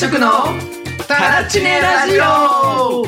食のタラチネラジオ。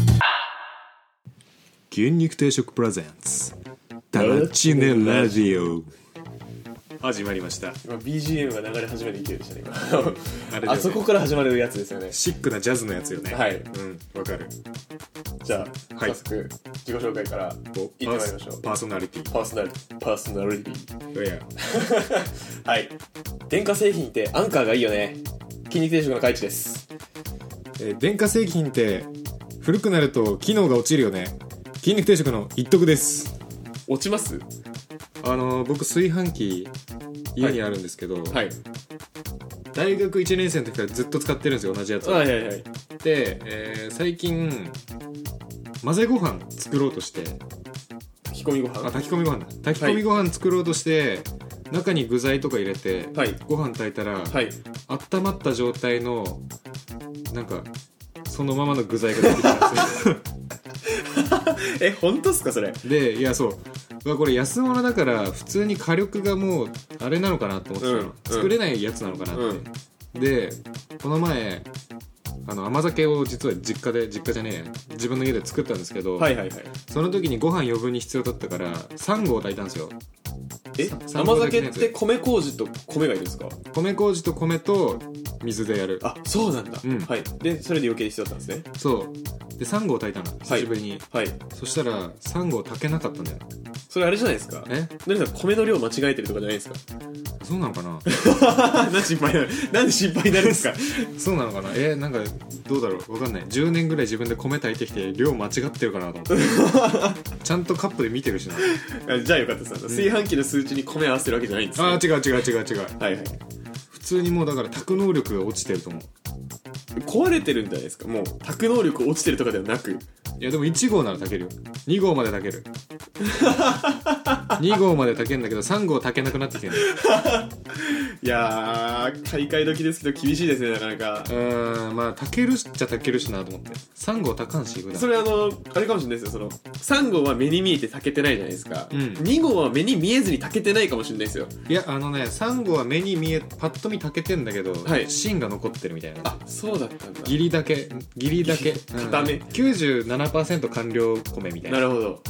筋肉定食プレゼンツタラチネラジオ始まりました。 今 BGM が流れ始める勢いでしたね今あれだよね、 あそこから始まるやつですよね。 シックなジャズのやつよね。 はい、 わかる。 じゃあ、 はい、 早速自己紹介からいってまいりましょう。 パーソナリティパーソナリティいやはい。電化製品ってアンカーがいいよね。筋肉定食の海地です。 電化製品って古くなると機能が落ちるよね。筋肉定食の一徳です。 落ちます？ 僕炊飯器家にあるんですけど、 はい、 大学1年生の時からずっと使ってるんですよ、同じやつを。 はいはいはい。 で、最近混ぜご飯作ろうとして、 炊き込みご飯、 炊き込みご飯だ。炊き込みご飯作ろうとして、中に具材とか入れて、 はい、 ご飯炊いたら、 はい、 温まった状態のなんかそのままの具材が出てきたんですよ本当っすかそれ？ で、いや、そうこれ安物だから普通に火力がもうあれなのかなと思ってたの、作れないやつなのかなって、でこの前甘酒を実は実家じゃねえや自分の家で作ったんですけど、 はいはいはい。 その時にご飯余分に必要だったから3合炊いたんですよ。 甘酒って米麹と米がいるんですか？ 米麹と米と水でやる。 あ、そうなんだ、はい。でそれで余計に必要だったんですね。 そうで3合炊いたの久しぶりに、はい、そしたら3合炊けなかったんだよ。 それあれじゃないですか？何か米の量間違えてるとかじゃないですか？ そうなのかななんで心配になるんですか？ そうなのかな。なんかどうだろう、分かんない。10年ぐらい自分で米炊いてきて量間違ってるかなと思ってちゃんとカップで見てるしな。 じゃあよかったです。炊飯器の数値に米合わせてるわけじゃないんですね。 違うはいはい。 普通にもうだから炊く能力が落ちてると思う。 壊れてるんじゃないですか？もう炊く能力落ちてるとかではなく。 いやでも1合なら炊けるよ。2合まで炊ける2合まで炊けるんだけど3合炊けなくなってきてるいやー、買い替え時ですけど厳しいですね、なかなか。 まあ炊けるっちゃ炊けるしなと思って。3合炊かんし普段。 それあれかもしれないですよ。3合は目に見えて炊けてないじゃないですか、2合は目に見えずに炊けてないかもしれないですよ。 いや3合は目に見えパッと見炊けてんだけど、芯が残ってるみたいな。 あ、そうだったんだ。 ギリだけ固め、 97% 完了米みたいな。 なるほど、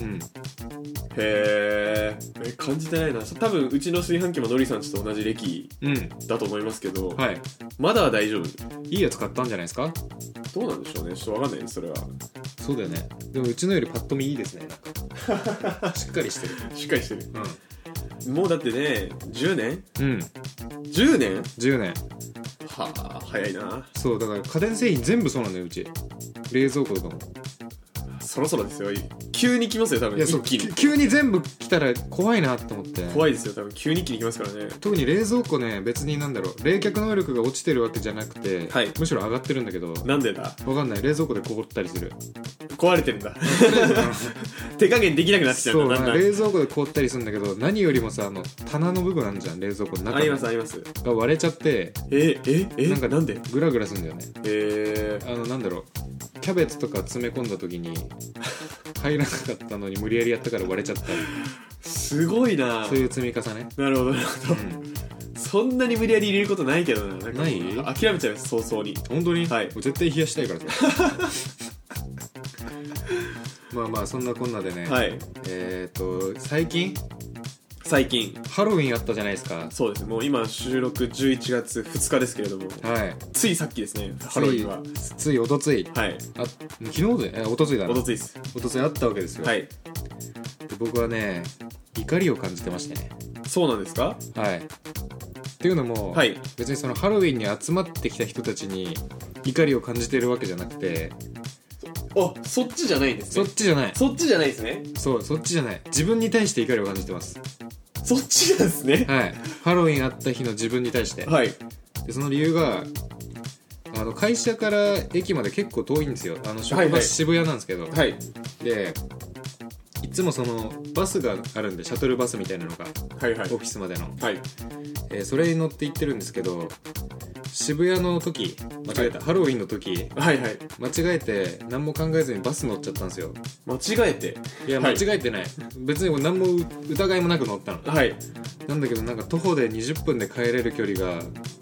へー、感じてないな。多分うちの炊飯器ものりさんちと同じ歴だと思いますけど、まだは大丈夫。 いいやつ買ったんじゃないですか？ どうなんでしょうね、ちょっと分かんないですそれは。 そうだよね。でもうちのよりパッと見いいですね。なんかしっかりしてるしっかりしてる、もうだってね10年 10年はあ、早いな。 そうだから家電製品全部そうなんだようち。冷蔵庫とかもそろそろですよ。急に来ますよ多分。いや、 そう、急に全部来たら怖いなって思って。 怖いですよ多分。急に一気に来ますからね。 特に冷蔵庫ね、別に冷却能力が落ちてるわけじゃなくて、むしろ上がってるんだけど。 なんでだわかんない。冷蔵庫で凍ったりする。 壊れてるんだ手加減できなくなってきちゃうんだ。 そう、冷蔵庫で凍ったりするんだけど、何よりもさ、棚の部分あるじゃん、冷蔵庫の中。 ありますが割れちゃって、 なんでグラグラするんだよね。キャベツとか詰め込んだ時に入らなかったのに無理やりやったから割れちゃったり。 すごいな。 そういう積み重ね。 なるほどなるほど、そんなに無理やり入れることないけどな。 ない？ 諦めちゃいます早々に。 本当に？ はい。 絶対冷やしたいからさまあそんなこんなでね、最近ハロウィンあったじゃないですか。 そうです。もう今収録11月2日ですけれども、ついさっきですね。ハロウィンはついおとつい、昨日でおとついだな。 おとついです。 おとついあったわけですよ。で僕はね怒りを感じてましてね。 そうなんですか？ っていうのも、別にそのハロウィンに集まってきた人たちに怒りを感じているわけじゃなくて、 そっちじゃないんですね。 そっちじゃないですね。 そっちじゃない。自分に対して怒りを感じてます。 そっちなんですね。 ハロウィンあった日の自分に対して。でその理由が会社から駅まで結構遠いんですよ。職場渋谷なんですけど、でいつもそのバスがあるんで、シャトルバスみたいなのが、オフィスまでの、それに乗って行ってるんですけど、渋谷の時間違えた、ハロウィンの時、間違えて何も考えずにバス乗っちゃったんですよ。 間違えて？ いや、間違えてない、別に何も疑いもなく乗ったの。なんだけど、なんか徒歩で20分で帰れる距離が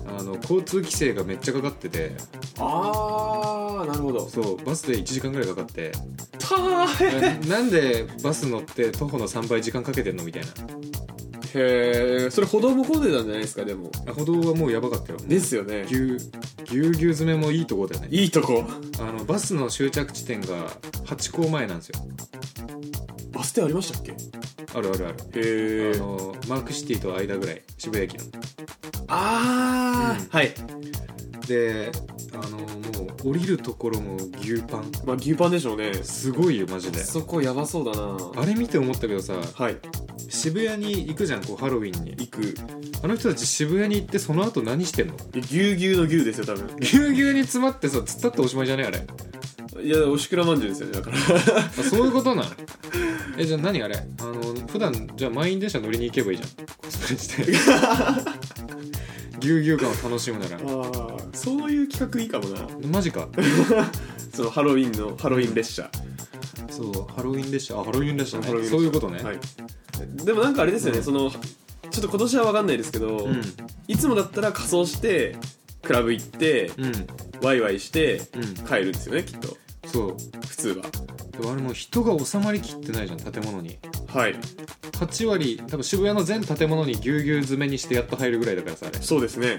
交通規制がめっちゃかかってて、 あーなるほど。 そうバスで1時間ぐらいかかってなんでバス乗って徒歩の3倍時間かけてんのみたいな。 へえ、それ歩道も混んでたんじゃないですか。でも歩道はもうやばかったよ。 ですよね。 ぎゅうぎゅう詰めもいいとこだよね。 いいとこ。 バスの終着地点がハチ公前なんですよ。 バス停ありましたっけ？ あるあるある。 へえ。 マークシティと間ぐらい、渋谷駅の。 ああ、はい。 でもう降りるところも牛パン。 まあ牛パンでしょうね。 すごいよマジで。 そこやばそうだな。 あれ見て思ったけどさ、 はい、 渋谷に行くじゃん、こうハロウィンに行く。 あの人たち渋谷に行ってその後何してんの？ ぎゅうぎゅうの牛ですよ多分。 ぎゅうぎゅうに詰まってさ、突っ立っておしまいじゃねあれ。 いやおしくらまんじゅうですよね、だからそういうことなん。じゃあ何あれ、普段じゃあ満員電車乗りに行けばいいじゃん、コスプレしてぎゅうぎゅう感を楽しむなら。 あ、そういう企画いいかもな。 マジかそのハロウィン列車。 そうハロウィン列車、ハロウィン列車ね。 そういうことね、 はい。でもなんかあれですよね、ちょっと今年は分かんないですけど、いつもだったら仮装してクラブ行って、ワイワイして帰るんですよね、きっと。 そう普通は。 でもあれもう人が収まりきってないじゃん、建物に。 はい。 8割多分渋谷の全建物にぎゅうぎゅう詰めにしてやっと入るぐらいだからさ、あれ。 そうですね。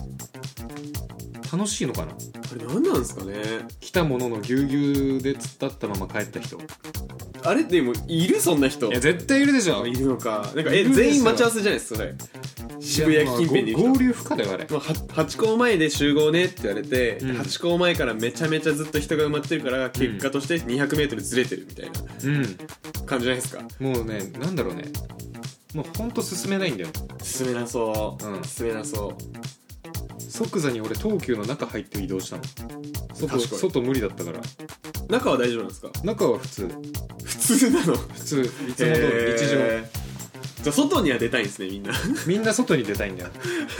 楽しいのかなあれ。何なんですかね。 来たもののぎゅうぎゅうで突っ立ったまま帰った人。 あれでもいる、そんな人。 いや絶対いるでしょ。 いるのか。なんか全員待ち合わせじゃないですか、それ。渋谷近辺にいる人。 合流不可だよあれ。 ハチ公前で集合ねって言われて、ハチ公前からめちゃめちゃずっと人が埋まってるから、結果として 200m ずれてるみたいな感じじゃないですか。 もうね、なんだろうね、もうほんと進めないんだよ。 進めなそう、進めなそう。 即座に俺東急の中入って移動したの。外無理だったから。 中は大丈夫なんですか？ 中は普通なの。普通、いつも通り日常。 じゃあ外には出たいんですね、みんな外に出たいんだよ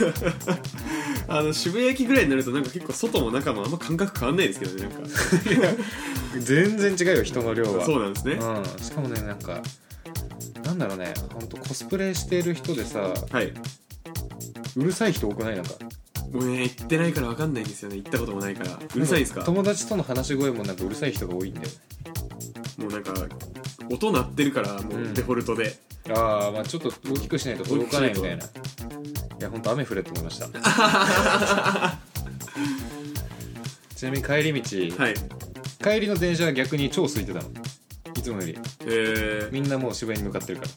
渋谷駅ぐらいになるとなんか結構外も中もあんま感覚変わんないですけどね、なんか全然違うよ、人の量は。 そうなんですね。 しかもね、なんかなんだろうね、ほんとコスプレしてる人でさ、 はい、 うるさい人多くない？なんかもうね、行ってないから分かんないんですよね。行ったこともないから。うるさいですか？ 友達との話し声もなんかうるさい人が多いんだよね。 もうなんか音鳴ってるからもうデフォルトで、 まあちょっと大きくしないと届かないみたいな。いやほんと雨降れと思いましたちなみに帰り道、 はい、 帰りの電車は逆に超空いてたの、いつもより。みんなもう渋谷に向かってるから。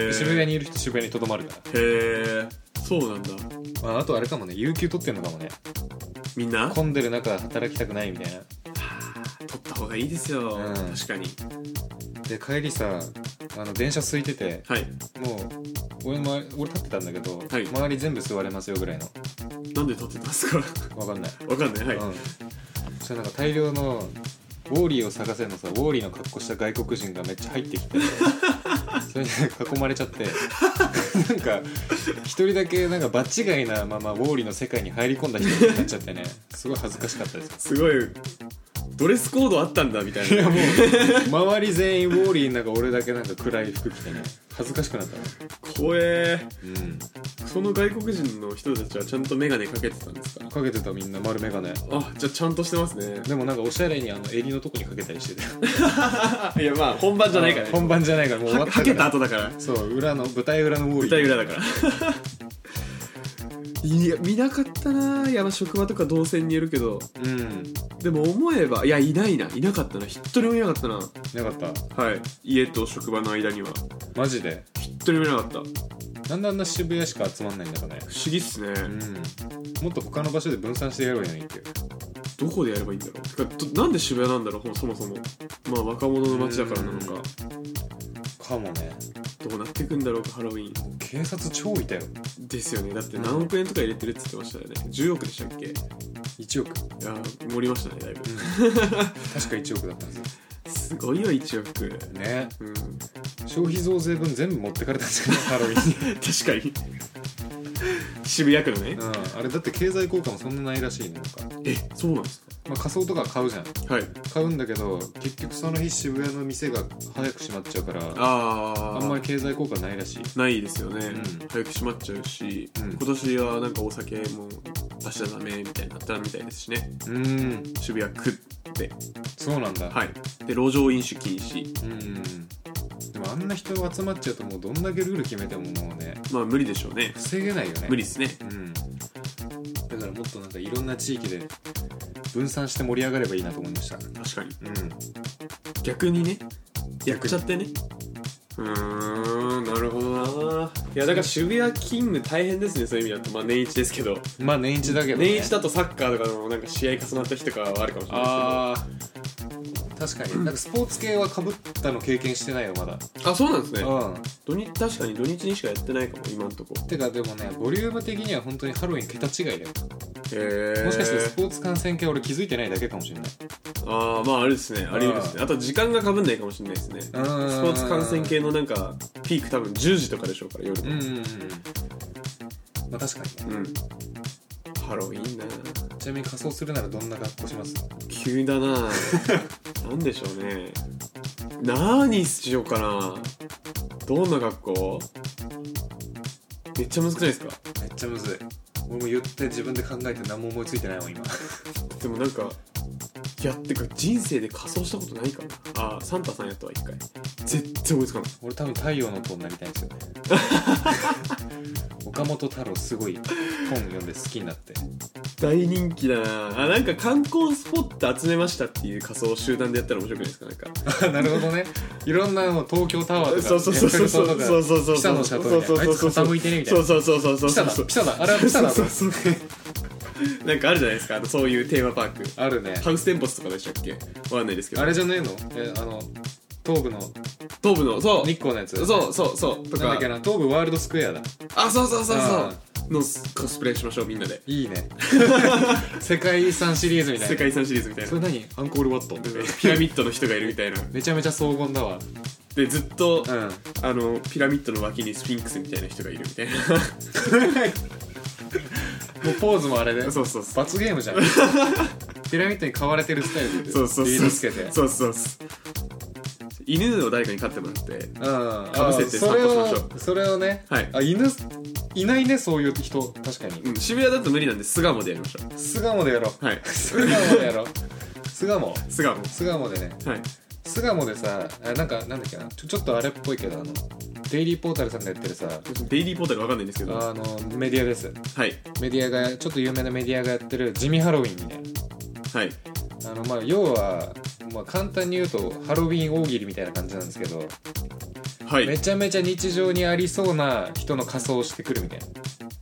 渋谷にいる人渋谷にとどまるから。 そうなんだ。 あとあれかもね、有給取ってんのかもね、みんな。混んでる中働きたくないみたいな。 取った方がいいですよ、確かに。 で帰りさ、電車空いてて、 はい、 もう俺立ってたんだけど、 はい、 周り全部座れますよぐらいの。 なんで立ってたんですか？ わかんない、 はい、 そしたらなんか大量のウォーリーを探せのさ、ウォーリーの格好した外国人がめっちゃ入ってきてそれに囲まれちゃってなんか一人だけなんか場違いなままウォーリーの世界に入り込んだ人になっちゃってねすごい恥ずかしかったです。 すごいドレスコードあったんだみたいな。 いやもう周り全員ウォーリーなんか俺だけなんか暗い服着てね、恥ずかしくなったね。 怖え。その外国人の人たちはちゃんとメガネかけてたんですか？ かけてた、みんな丸メガネ。 じゃあちゃんとしてますね。 でもなんかおしゃれに襟のとこにかけたりしてていやまあ本番じゃないからね。 本番じゃないから、もう終わったから。 かけた後だから。 そう、舞台裏のウォーリー。 舞台裏だからいや見なかったな。いや職場とか動線によるけど、でも思えばいなかったな。一人もいなかったな。 いなかった。 はい、家と職場の間には。 マジで一人もいなかった。 なんであんな渋谷しか集まんないんだろうね。 不思議っすね。 もっと他の場所で分散してやればいいのにっていう。 どこでやればいいんだろう。てかなんで渋谷なんだろう、そもそも。まあ若者の街だからなのか。 かもね。 どうなっていくんだろうか、ハロウィン。 警察超いたよ。 ですよね。だって何億円とか入れてるって言ってましたよね。10億でしたっけ ？1億。 いや盛りましたね、だいぶ。 確か1億だったんですよ。 すごいよ、1億ね。消費増税分全部持ってかれたんですけどハロウィンに確かに渋谷区のね、 うん、あれだって経済効果もそんなないらしいね。なんかそうなんですか。 まあ、仮装とか買うじゃん。 はい。 買うんだけど結局その日渋谷の店が早く閉まっちゃうからあんまり経済効果ないらしい。 ないですよね、早く閉まっちゃうし、今年はなんかお酒も出しちゃダメみたいになったみたいですしね。渋谷区で。 そうなんだ。 はい。で路上飲酒禁止。 でもあんな人集まっちゃうともうどんだけルール決めてももうね、 まあ無理でしょうね。 防げないよね。 無理ですね。 だからもっとなんかいろんな地域で分散して盛り上がればいいなと思いました。 確かに。逆にね、やっちゃってね。なるほどな。いやだから渋谷勤務大変ですね、そういう意味だと。まあ年一ですけど。 まあ年一だけどね。 年一だとサッカーとかのなんか試合重なった日とかはあるかもしれないですけど。確かになんかスポーツ系は被ったの経験してないよまだ。 あ、そうなんですね。確かに土日にしかやってないかも今んとこ。 てかでもね、ボリューム的には本当にハロウィン桁違いだよ。 もしかしてスポーツ観戦系俺気づいてないだけかもしれない。 まああれですね、ありですね。あと時間が被んないかもしれないですね。スポーツ観戦系のなんかピーク多分10時とかでしょうから夜の。 まあ確かにね。 ハロウィンな。 ちなみに仮装するならどんな格好します？ 急だな。なんでしょうね。何しようかな。どんな格好？めっちゃむずくないですか？ めっちゃむずい。俺も言って自分で考えて何も思いついてないもん今。 でもなんかてか人生で仮装したことないかな。サンタさんやったわ一回。全然思いつかない。 俺多分太陽の塔になりたいんですよね。岡本太郎すごい本読んで好きになって大人気だな。なんか観光スポット集めましたっていう仮装を集団でやったら面白くないですか？なんかなるほどね。いろんなの東京タワーとかそうそう北のシャトーみたいな、あいつ傾いてねみたいな。そうピサだあれはピサだ。 なんかあるじゃないですか、そういうテーマパーク。 あるね。 ハウステンボスとかでしたっけ？わかんないですけど。 あれじゃねえの？東部のそう日光のやつ。 そうとか。なんだっけな、東部ワールドスクエアだ。 そうのコスプレしましょうみんなで。 いいね。世界遺産シリーズみたいな。 世界遺産シリーズみたいな。 それ何？アンコールワット？ ピラミッドの人がいるみたいな。 めちゃめちゃ荘厳だわ。 でずっと、ピラミッドの脇にスフィンクスみたいな人がいるみたいな。 もうポーズもあれで。 そう罰ゲームじゃん。ピラミッドに飼われてるスタイルで。リードつけて。 犬を誰かに飼ってもらってかぶせて散歩しましょう。 それをね。犬いないね、そういう人。確かに。 渋谷だと無理なんで巣鴨でやりましょう。 巣鴨でやろう。巣鴨でやろう。巣鴨でね。巣鴨でさ、なんだっけな、ちょっとあれっぽいけど、デイリーポータルさんがやってるさ、 デイリーポータルわかんないんですけど、 メディアです。メディアがちょっと有名なメディアがやってる地味ハロウィンみたいな。まあ要は、まあ簡単に言うとハロウィン大喜利みたいな感じなんですけど、めちゃめちゃ日常にありそうな人の仮装をしてくるみたいな。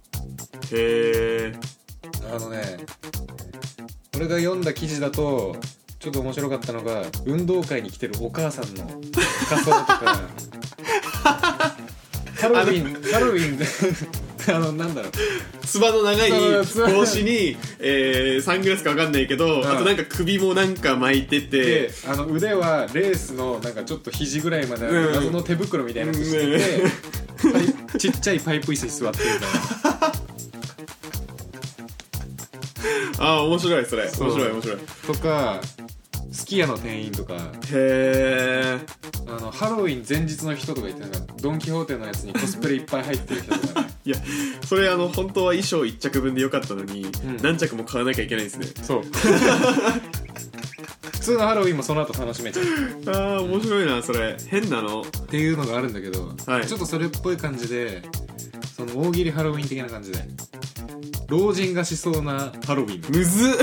俺が読んだ記事だとちょっと面白かったのが、運動会に来てるお母さんの仮装とかハロウィンでなんだろう、 つばの長い帽子に、サングラスか分かんないけど、あとなんか首もなんか巻いてて、 腕はレースのなんかちょっと肘ぐらいまである謎の手袋みたいなやつしてて、ちっちゃいパイプ椅子に座ってるから面白いそれ。面白いとか、すき家の店員とか、ハロウィン前日の人とかいて、ドン・キホーテのやつにコスプレいっぱい入ってる人とかね。 いや、それ本当は衣装1着分でよかったのに、何着も買わなきゃいけないんですね。 そう普通のハロウィンもその後楽しめちゃう。 面白いなそれ。変なのっていうのがあるんだけど、ちょっとそれっぽい感じで、その大喜利ハロウィン的な感じで、老人がしそうなハロウィンむずっ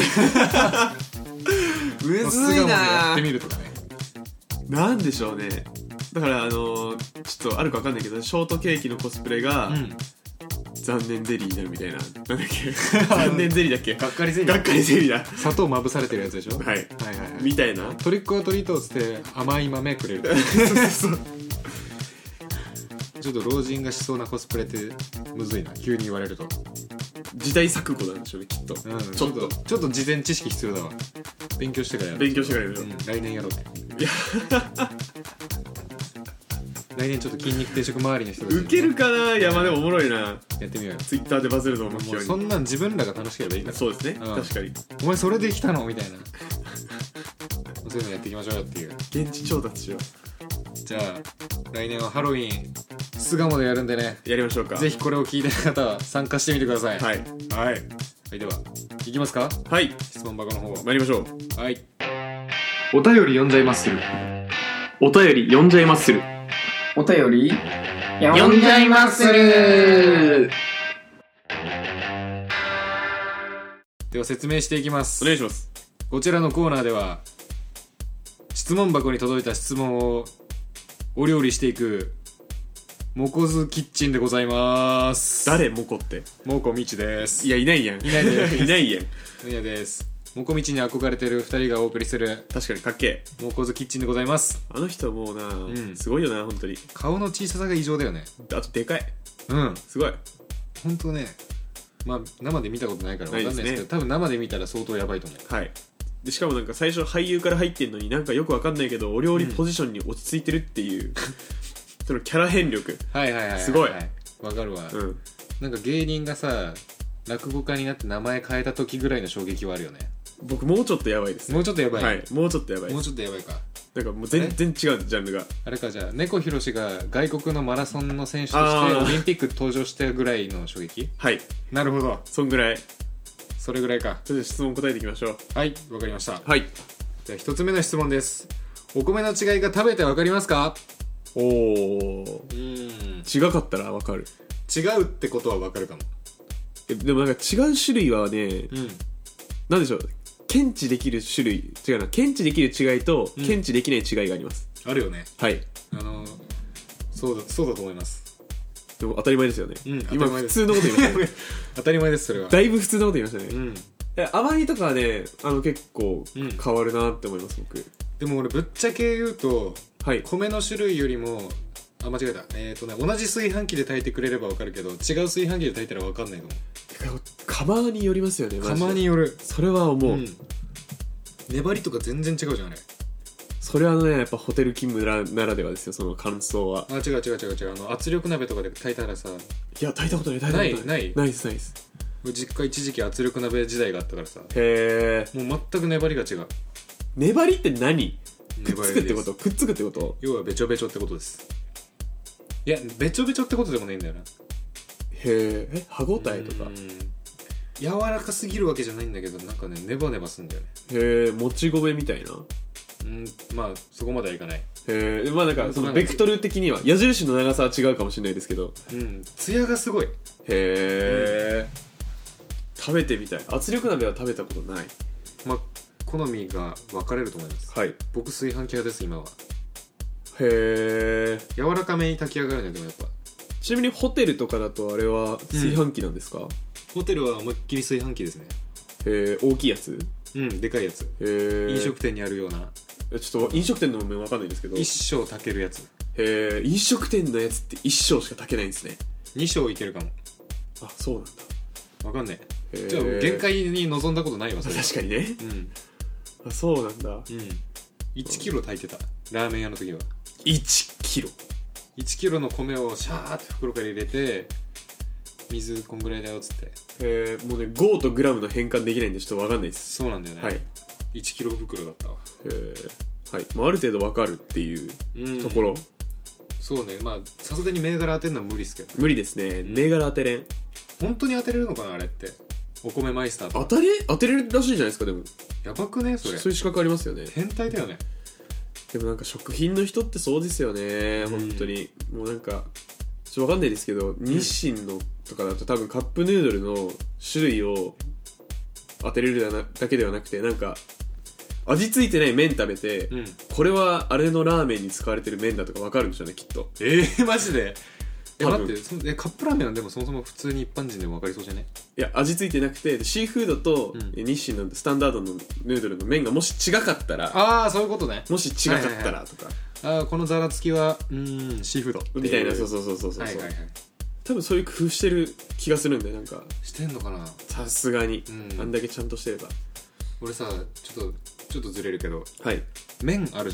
むずいな。 やってみるとかね。 なんでしょうね。だからちょっとあるか分かんないけど、ショートケーキのコスプレが、残念ゼリーになるみたいな。なんだっけ残念ゼリーだっけ。 がっかりゼリーだ。 砂糖まぶされてるやつでしょ。はいみたいな。 トリックオアトリートっつって甘い豆くれる。ちょっと老人がしそうなコスプレってむずいな、急に言われると。 時代錯誤なんでしょうね、きっと。ちょっと事前知識必要だわ。勉強してからやろう。 勉強してからやろう。 来年やろうね。いや来年ちょっと筋肉定食周りの人たちウケるかな。いやまあでもおもろいな。 やってみようよ。 ツイッターでバズるのを目標に。 そんなん自分らが楽しければいいんだ。 そうですね、確かに。 お前それで来たのみたいなそういうのやっていきましょうよっていう。 現地調達しよう。 じゃあ来年はハロウィン巣鴨でやるんでね、 やりましょうか。 ぜひこれを聞いてる方は参加してみてください。 はいはい、では、いきますか。 はい、 質問箱の方参りましょう。 はい。 お便り読んじゃいまする。お便り読んじゃいまする。 お便り読んじゃいまする。 では説明していきます。 お願いします。 こちらのコーナーでは質問箱に届いた質問をお料理していくモコズキッチンでございます。 誰モコって。 モコミチです。 いやいないやん。 いないですいないやん。 いやです。モコミチに憧れてる2人がお送りする確かにかっけえモコズキッチンでございます。 あの人もうな、すごいよな本当に。 顔の小ささが異常だよね。 あとでかい。すごい本当ね。まあ生で見たことないから分かんないですけど、多分生で見たら相当やばいと思う。 はい。でしかもなんか最初俳優から入ってんのになんかよく分かんないけどお料理ポジションに落ち着いてるっていう、そのキャラ変力。すごいわかるわ。なんか芸人がさ落語家になって名前変えた時ぐらいの衝撃はあるよね。 僕もうちょっとやばいです。 もうちょっとやばい。 はい、もうちょっとやばい。 もうちょっとやばいか。 なんかもう全然違うジャンルが。あれか。じゃあ猫ひろしが外国のマラソンの選手としてオリンピック登場したぐらいの衝撃。 はい、 なるほど。 そんぐらい。 それぐらいか。 それで質問答えていきましょう。 はい、わかりました。 はい。 じゃあ1つ目の質問です。お米の違いが食べてわかりますか？ おー、違かったらわかる。 違うってことはわかるかも。 でもなんか違う種類はね、なんでしょう、検知できる種類、違うな、検知できる違いと検知できない違いがあります。 あるよね。 はい。 そうだと思います。 でも当たり前ですよね。今普通のこと言いましたね。 当たり前です。それはだいぶ普通のこと言いましたね。甘みとかはね、結構変わるなって思います、僕。 でも俺ぶっちゃけ言うと、米の種類よりも間違えた。同じ炊飯器で炊いてくれれば分かるけど、違う炊飯器で炊いたら分かんないと思う。 釜によりますよね。 釜による。 それは思う。 粘りとか全然違うじゃんあれ。 それはね、やっぱホテル勤務ならではですよ、その感想は。 違う。圧力鍋とかで炊いたらさ。 いや、炊いたことない。 ないです。 実家一時期圧力鍋時代があったからさ。 へえ。 もう全く粘りが違う。 粘りって何？くっつくってこと？くっつくってこと？ 要はべちょべちょってことです。いや、べちょべちょってことでもないんだよな。 へえ。歯応えとか柔らかすぎるわけじゃないんだけど、なんかね、ネバネバすんだよね。 へえ。もち米みたいな。 まあそこまではいかない。 へえ。まあなんかそのベクトル的には矢印の長さは違うかもしれないですけど、 ツヤがすごい。へえ。食べてみたい。圧力鍋は食べたことない。 まあ好みが分かれると思います。 はい。 僕炊飯器派です、今は。 へえ。 柔らかめに炊き上がるね。でもやっぱちなみにホテルとかだとあれは炊飯器なんですか？ ホテルは思いっきり炊飯器ですね。 へえ。大きいやつ？ でかいやつ。 へえ。 飲食店にあるような。 ちょっと飲食店の面分かんないんですけど、 一升炊けるやつ。 へえ。飲食店のやつって一升しか炊けないんですね。 二升いけるかも。 あ、そうなんだ。 分かんねえ。じゃあ限界に臨んだことないわ。それ確かにね。あ、そうなんだ。 1キロ炊いてた、ラーメン屋の時は。 1キロ 1キロの米をシャーって袋から入れて、水こんぐらいだよっつって。 もうね、合とグラムの変換できないんでちょっと分かんないです。 そうなんだよね。はい。1キロ袋だったわ。 はい。まあ、ある程度分かるっていうところ。 そうね。まあさすがに銘柄当てるのは無理ですけど。 無理ですね。銘柄当てれん。 本当に当てれるのかなあれって。お米マイスターとか当てれるらしいじゃないですか。でもやばくねそれ。 そういう資格ありますよね。 変態だよね。 でもなんか食品の人ってそうですよね。本当にもうなんか分かんないですけど、日清のとかだと多分カップヌードルの種類を当てれるだけではなくて、なんか味付いてない麺食べて、これはあれのラーメンに使われてる麺だとか分かるんでしょうね、きっと。 マジで。待って、カップラーメンはでもそもそも普通に一般人でも分かりそうじゃね？ いや、味付いてなくてシーフードと日清のスタンダードのヌードルの麺がもし違かったら、 ああそういうことね。 もし違かったらとか、 ああこのざらつきはシーフードみたいな。そう多分そういう工夫してる気がするんで、なんかしてんのかな。 さすがにあんだけちゃんとしてれば。 俺さちょっとずれるけど、 はい、 麺あるじゃん。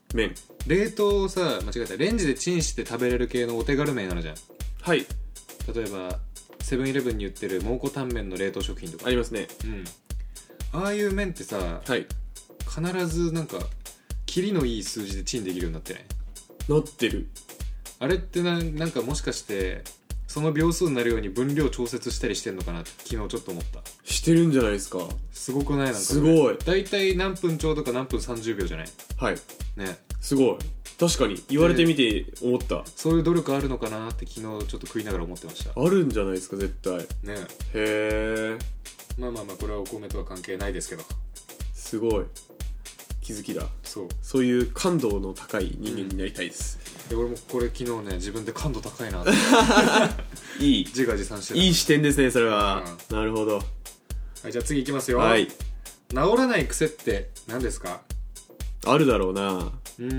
麺。 冷凍をさ、間違えた、レンジでチンして食べれる系のお手軽麺あるじゃん。 はい。 例えばセブンイレブンに売ってる蒙古タンメンの冷凍食品とかありますね。 ああいう麺ってさ、 はい。 必ずなんかキリのいい数字でチンできるようになってない？ なってる。 あれってなんかもしかしてその秒数になるように分量調節したりしてんのかなって昨日ちょっと思った。 してるんじゃないですか。 すごくない？なんかすごい。 だいたい何分ちょうどか何分30秒じゃない？ はい。 ね。 すごい。確かに言われてみて思った。 そういう努力あるのかなって昨日ちょっと食いながら思ってました。 あるんじゃないですか絶対。 ね。 へえ。 まあこれはお米とは関係ないですけど。 すごい。気づきだ。そういう感度の高い人間になりたいです。 で俺もこれ昨日ね自分で感度高いなっていい自画自賛してた。 いい視点ですねそれは。なるほど。 はい、じゃあ次いきますよ。 はい。 治らない癖って何ですか？ あるだろうな。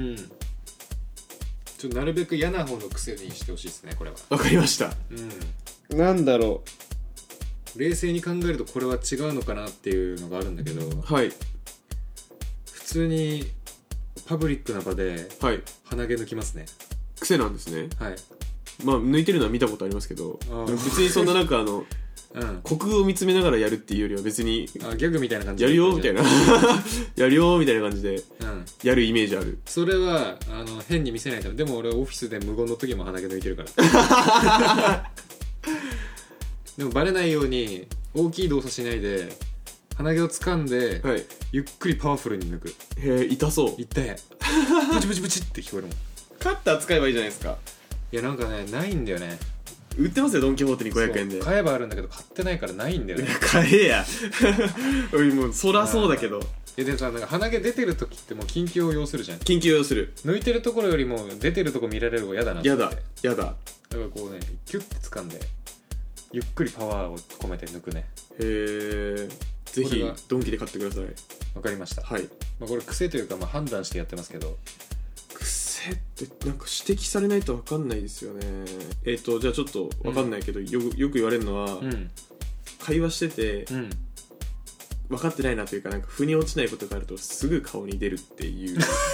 ちょっとなるべく嫌な方の癖にしてほしいですねこれは。 わかりました。なんだろう。冷静に考えるとこれは違うのかなっていうのがあるんだけど、 はい。 普通にパブリックな場ではい鼻毛抜きますね。 癖なんですね。 はい。 まあ抜いてるのは見たことありますけど、別にそんななんか虚空を見つめながらやるっていうよりは別にギャグみたいな感じでやるよみたいなやるよみたいな感じでやるイメージある。 それは変に見せないため。でも俺オフィスで無言の時も鼻毛抜いてるからでもバレないように大きい動作しないで鼻毛を掴んで、 はい、 ゆっくりパワフルに抜く。 へえ、痛そう。 痛いブチブチブチって聞こえるもん。 カッター使えばいいじゃないですか。 いやなんかねないんだよね。 売ってますよドン・キホーテに500円で。 買えばあるんだけど買ってないからないんだよね。 買えやもうそらそうだけど。 でさ、なんか鼻毛出てる時ってもう緊急を要するじゃん。 緊急を要する。 抜いてるところよりも出てるとこ見られる方が嫌だなって。 嫌だだからこうねキュッて掴んでゆっくりパワーを込めて抜くね。 へえ。ぜひドンキで買ってください。 わかりました。 はい。 これ癖というか判断してやってますけど。 癖ってなんか指摘されないと分かんないですよね。じゃあちょっと分かんないけど、よく言われるのは、会話してて、分かってないなというか、なんか腑に落ちないことがあるとすぐ顔に出るっていう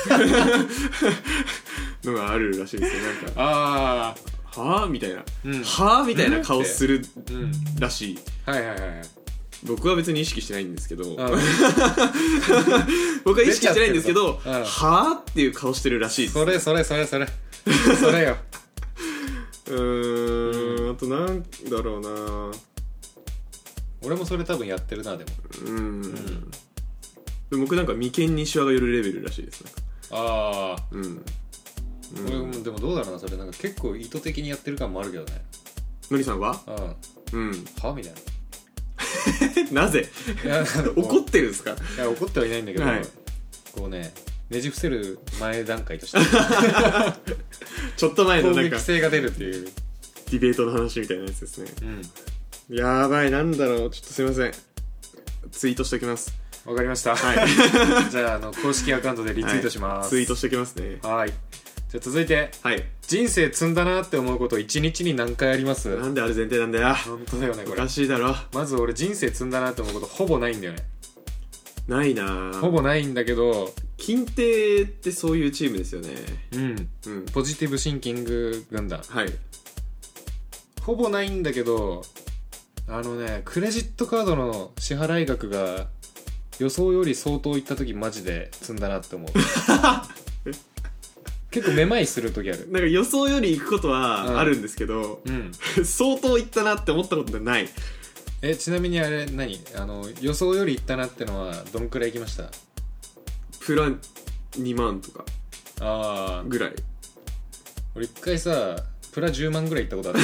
のがあるらしいですよ。なんかはぁみたいな、はぁみたいな顔するらしい。僕は別に意識してないんですけど僕は意識してないんですけど、はぁっていう顔してるらしいです。 それよあとなんだろうな。 俺もそれ多分やってるな。でもで僕なんか眉間にシワが寄るレベルらしいです。 俺もでもどうだろうな。それなんか結構意図的にやってる感もあるけどね。 のりさんははみたいななぜ怒ってるんですか？ いや怒ってはいないんだけど、こうねねじ伏せる前段階としてちょっと前のなんか攻撃性が出るっていうディベートの話みたいなやつですね。やばい、なんだろう。ちょっとすいません、ツイートしておきます。 わかりました。じゃあ公式アカウントでリツイートします。 ツイートしておきますね。 はい。じゃあ続いて、人生積んだなって思うこと1日に何回あります？ なんであれ前提なんだよ。 本当だよねこれ。 おかしいだろ。 まず俺人生積んだなって思うことほぼないんだよね。 ないな。 ほぼないんだけど、 金亭ってそういうチームですよね。 ポジティブシンキング軍団。ほぼないんだけど、クレジットカードの支払い額が予想より相当いった時マジで積んだなって思う結構めまいする時ある。 なんか予想より行くことはあるんですけど、相当いったなって思ったことない。 ちなみにあれ何予想よりいったなってのはどんくらい行きました？ プラ2万とかぐらい。 俺一回さプラ10万ぐらい行ったことあ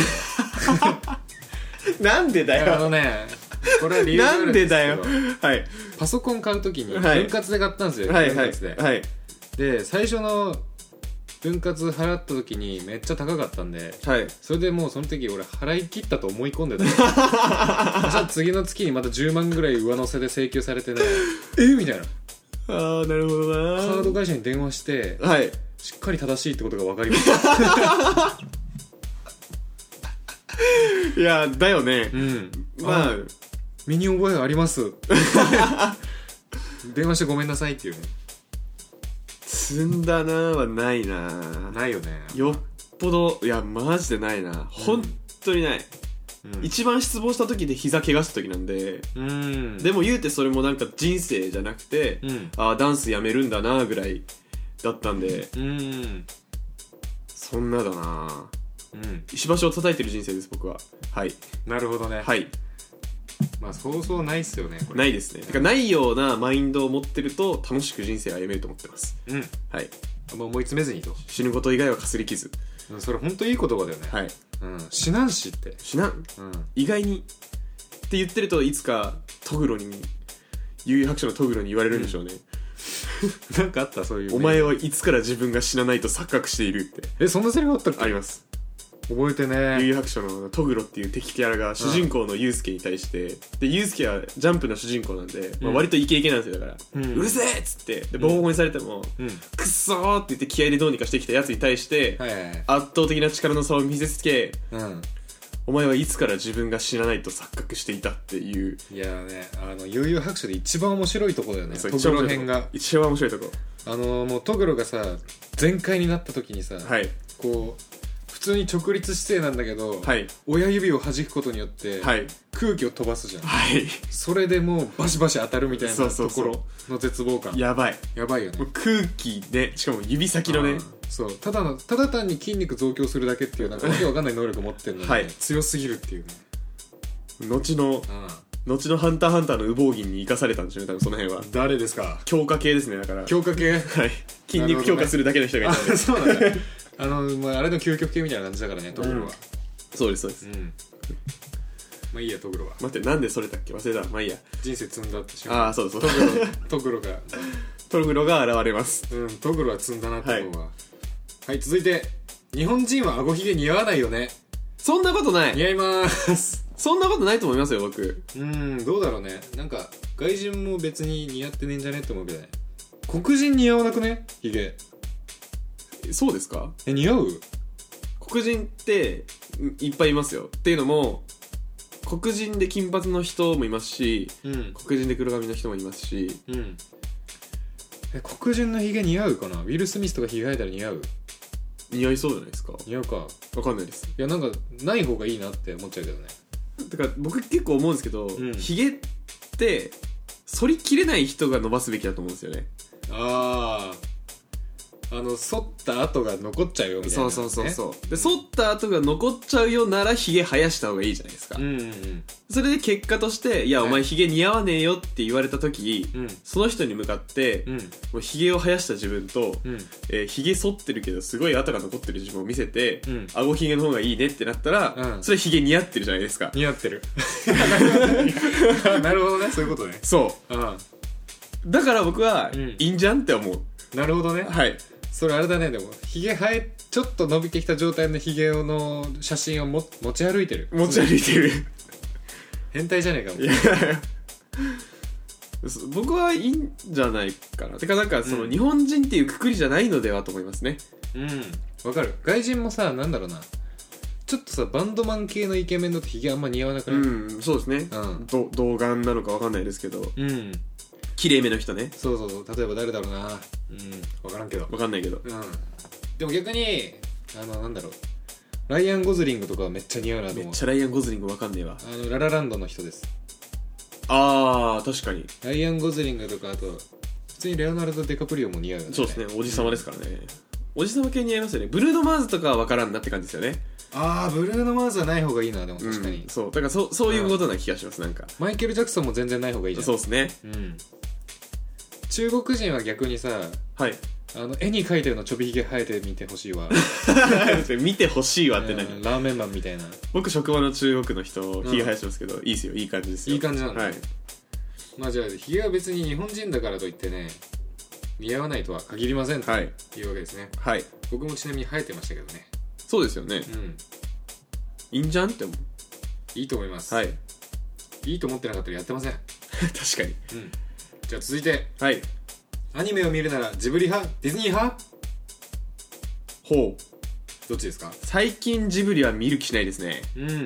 るなんでだよ。 これは理由があるんですけど、 なんでだよ。 パソコン買うときに分割で買ったんですよ。分割で。で最初の分割払った時にめっちゃ高かったんで、それでもうその時俺払い切ったと思い込んでたじゃあ次の月にまた10万ぐらい上乗せで請求されてねみたいな。 なるほどな。 カード会社に電話して、しっかり正しいってことが分かりましたいやだよね。まあ身に覚えがあります電話してごめんなさいっていうね。 積んだなはないな。 ないよね。 よっぽど、いやマジでないな、本当にない、一番失望した時で膝怪我した時なんで、でも言うてそれもなんか人生じゃなくて、ダンスやめるんだなぐらいだったんで、そんなだな。石橋を叩いてる人生です僕は。はい。 なるほどね。 はい。 まあそうそうないっすよね。これないですね。だからないようなマインドを持ってると楽しく人生を歩めると思ってます。はい。 もう思い詰めずにと。 死ぬこと以外はかすり傷。 それ本当いい言葉だよね。 はい。 死なんしって。 死なん。意外にって言ってるといつかトグロに、幽遊白書のトグロに言われるんでしょうね。 なんかあったそういう。 お前はいつから自分が死なないと錯覚しているって。 そんなセリフあったっけ？ あります。 覚えてね。 幽遊白書のトグロっていう敵キャラが主人公のユウスケに対して、でユウスケはジャンプの主人公なんで、割とイケイケなんですよ。だから、うるせえっつってでボコボコにされても、くっそーって言って気合でどうにかしてきたやつに対して、圧倒的な力の差を見せつけ、お前はいつから自分が死なないと錯覚していたっていう。 いやね、幽遊白書で一番面白いところだよね。トグロ編が一番面白いところ。 もうトグロがさ全開になった時にさ、こう普通に直立姿勢なんだけど、親指を弾くことによって、空気を飛ばすじゃん。それでもうバシバシ当たるみたいなところの絶望感。 やばいよね。 空気で、しかも指先のね、 そうただ単に筋肉増強するだけっていうなんかわけわかんない能力を持ってるのに、強すぎるっていうね。 後のハンターハンターの羽毛銀に生かされたんでしょうね、多分その辺は。 誰ですか？ 強化系ですね。だから強化系。 筋肉強化するだけの人がいたんで。 そうだね。あれの究極系みたいな感じだからね、トグロは。 そうですそうです。 まあいいや、トグロは。 待って、なんでそれだっけ、忘れた。まあいいや。 人生積んだってしまう。そうそう。 トグロが現れます。 トグロは積んだなって思うわ。はい、続いて、日本人は顎ひげ似合わないよね。 そんなことない。 似合います。 そんなことないと思いますよ、僕。 どうだろうね。なんか外人も別に似合ってねえんじゃねって思うけどね。黒人似合わなくね？ひげ。 そうですか？ 似合う？ 黒人っていっぱいいますよ。っていうのも、黒人で金髪の人もいますし、黒人で黒髪の人もいますし、 黒人のヒゲ似合うかな？ウィル・スミスとかヒゲ生えたら似合う？ 似合いそうじゃないですか。 似合うか。 わかんないです。 いや、なんかない方がいいなって思っちゃうけどね。 だから僕結構思うんですけど、ヒゲって反りきれない人が伸ばすべきだと思うんですよね。 剃った跡が残っちゃうよみたいな、ね、 そうで剃った跡が残っちゃうよならヒゲ生やした方がいいじゃないですか。それで結果として「いや、お前ヒゲ似合わねえよ」って言われた時、その人に向かって、もうヒゲを生やした自分と、ヒゲ剃ってるけどすごい跡が残ってる自分を見せて、顎ヒゲの方がいいねってなったら、それヒゲ似合ってるじゃないですか。 似合ってる。なるほどね、そういうことね。 そう、だから僕は、いいんじゃんって思う。 なるほどね。 はい。 それあれだね。でもヒゲ生えちょっと伸びてきた状態のヒゲの写真を持ち歩いてる。変態じゃねえかも。 僕はいいんじゃないかな。てかなんかその、日本人っていうくくりじゃないのではと思いますね。 わかる。外人もさ、なんだろうな、ちょっとさバンドマン系のイケメンだとヒゲあんま似合わなくない？ そうですね。童顔なのかわかんないですけど、綺麗めの人ね。 そう例えば誰だろうな。分からんけど。 分かんないけど。 でも逆になんだろう、ライアン・ゴズリングとかはめっちゃ似合うなと思う。 めっちゃライアン・ゴズリング分かんねえわ。 ララランドの人です。 確かにライアン・ゴズリングとか、あと普通にレオナルド・デカプリオも似合うよね。 そうですね、おじさまですからね。おじさま系似合いますよね。ブルーノ・マーズとかは分からんなって感じですよね。 ブルーノ・マーズはない方がいいな。でも確かに、 そうだからそういうことな気がします。なんかマイケル・ジャクソンも全然ない方がいいじゃん。 そうですね。 中国人は逆にさ、絵に描いてるのちょびひげ生えてみてほしいわ。 見てほしいわって何？ ラーメンマンみたいな。 僕職場の中国の人ひげ生やしてますけど、いいですよ、いい感じですよ。 いい感じなんだ。まあじゃあひげは別に日本人だからといってね似合わないとは限りませんというわけですね。僕もちなみに生えてましたけどね。 そうですよね。いいんじゃんって思う。 いいと思います。いいと思ってなかったらやってません。 確かに。 じゃあ続いて、アニメを見るならジブリ派、ディズニー派？どっちですか？ 最近ジブリは見る気しないですね。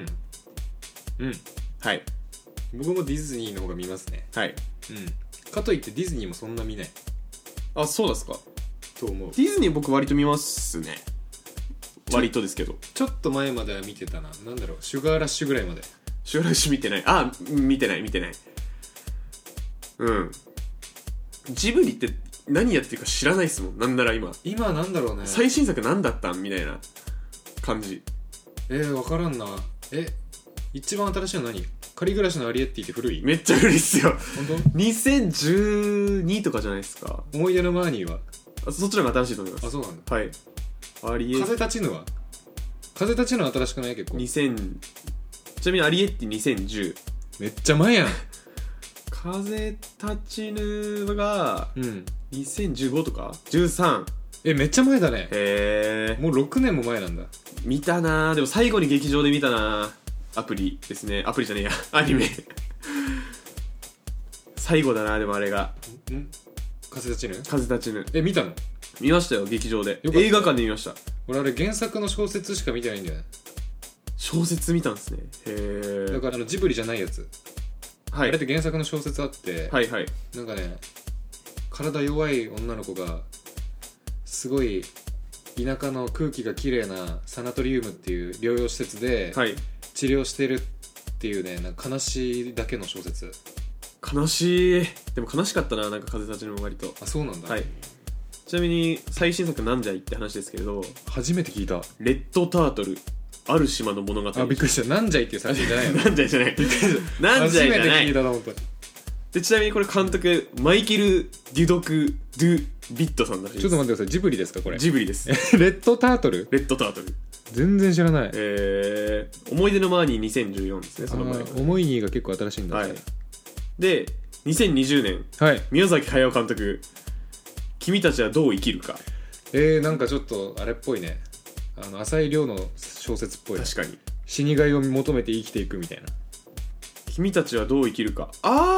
僕もディズニーの方が見ますね。かといってディズニーもそんな見ない。 そうですか。 と思う。 ディズニー僕割と見ますね。割とですけど、 ちょっと前までは見てたな。なんだろう、シュガーラッシュぐらいまで。 シュガーラッシュ見てない。あ、見てないうん。ジブリって何やってるか知らないっすもん。なんなら今なんだろうね。 最新作何だったんみたいな感じ。 分からんな。一番新しいの何？仮暮らしのアリエッティって古い？ めっちゃ古いっすよ。 本当 ？2012とかじゃないですか。 思い出のマーニーは？ そっちの方が新しいと思います。 あ、そうなんだ。 はい。アリエッティ風立ちぬは？風立ちぬは新しくない？結構。 2000、ちなみにアリエッティ2010。 めっちゃ前やん。 風立ちぬがうん 2015とか13。 めっちゃ前だね。 へえ。 もう6年も前なんだ。 見たな。でも最後に劇場で見たな。アプリですね。アプリじゃねえや、アニメ最後だな。でもあれが風立ちぬ？ 風立ちぬ見たの？ 見ましたよ、劇場で。 映画館で見ました。 俺あれ原作の小説しか見てないんだよね。 小説見たんですね。へえ。 だからジブリじゃないやつ。 はい。 あれって原作の小説あって、 はいはい。 なんかね、体弱い女の子がすごい田舎の空気がきれいなサナトリウムっていう療養施設で治療してるっていうね、なんか悲しいだけの小説。 悲しい。でも悲しかったな、なんか風立ちぬも割と。 あ、そうなんだ。 はい。ちなみに最新作なんじゃいって話ですけれど、 初めて聞いた。 レッドタートルある島の物語。 あ、びっくりした。なんじゃいっていう作品じゃないの？ なんじゃいじゃない。なんじゃいじゃない。 初めて聞いたな、本当に。 で、ちなみにこれ監督マイケル・デュドク・ドゥ・ビットさんらしいです。 ちょっと待ってください。ジブリですかこれ？ ジブリですレッドタートル？ レッドタートル全然知らない。 思い出のマーニー2014ですね。その前思いにが結構新しいんだ。 はい。で2020年、 はい、 宮崎駿監督、君たちはどう生きるか。 なんかちょっとあれっぽいね。浅井亮の小説っぽい。 確かに。 死にがいを求めて生きていくみたいな。 君たちはどう生きるか。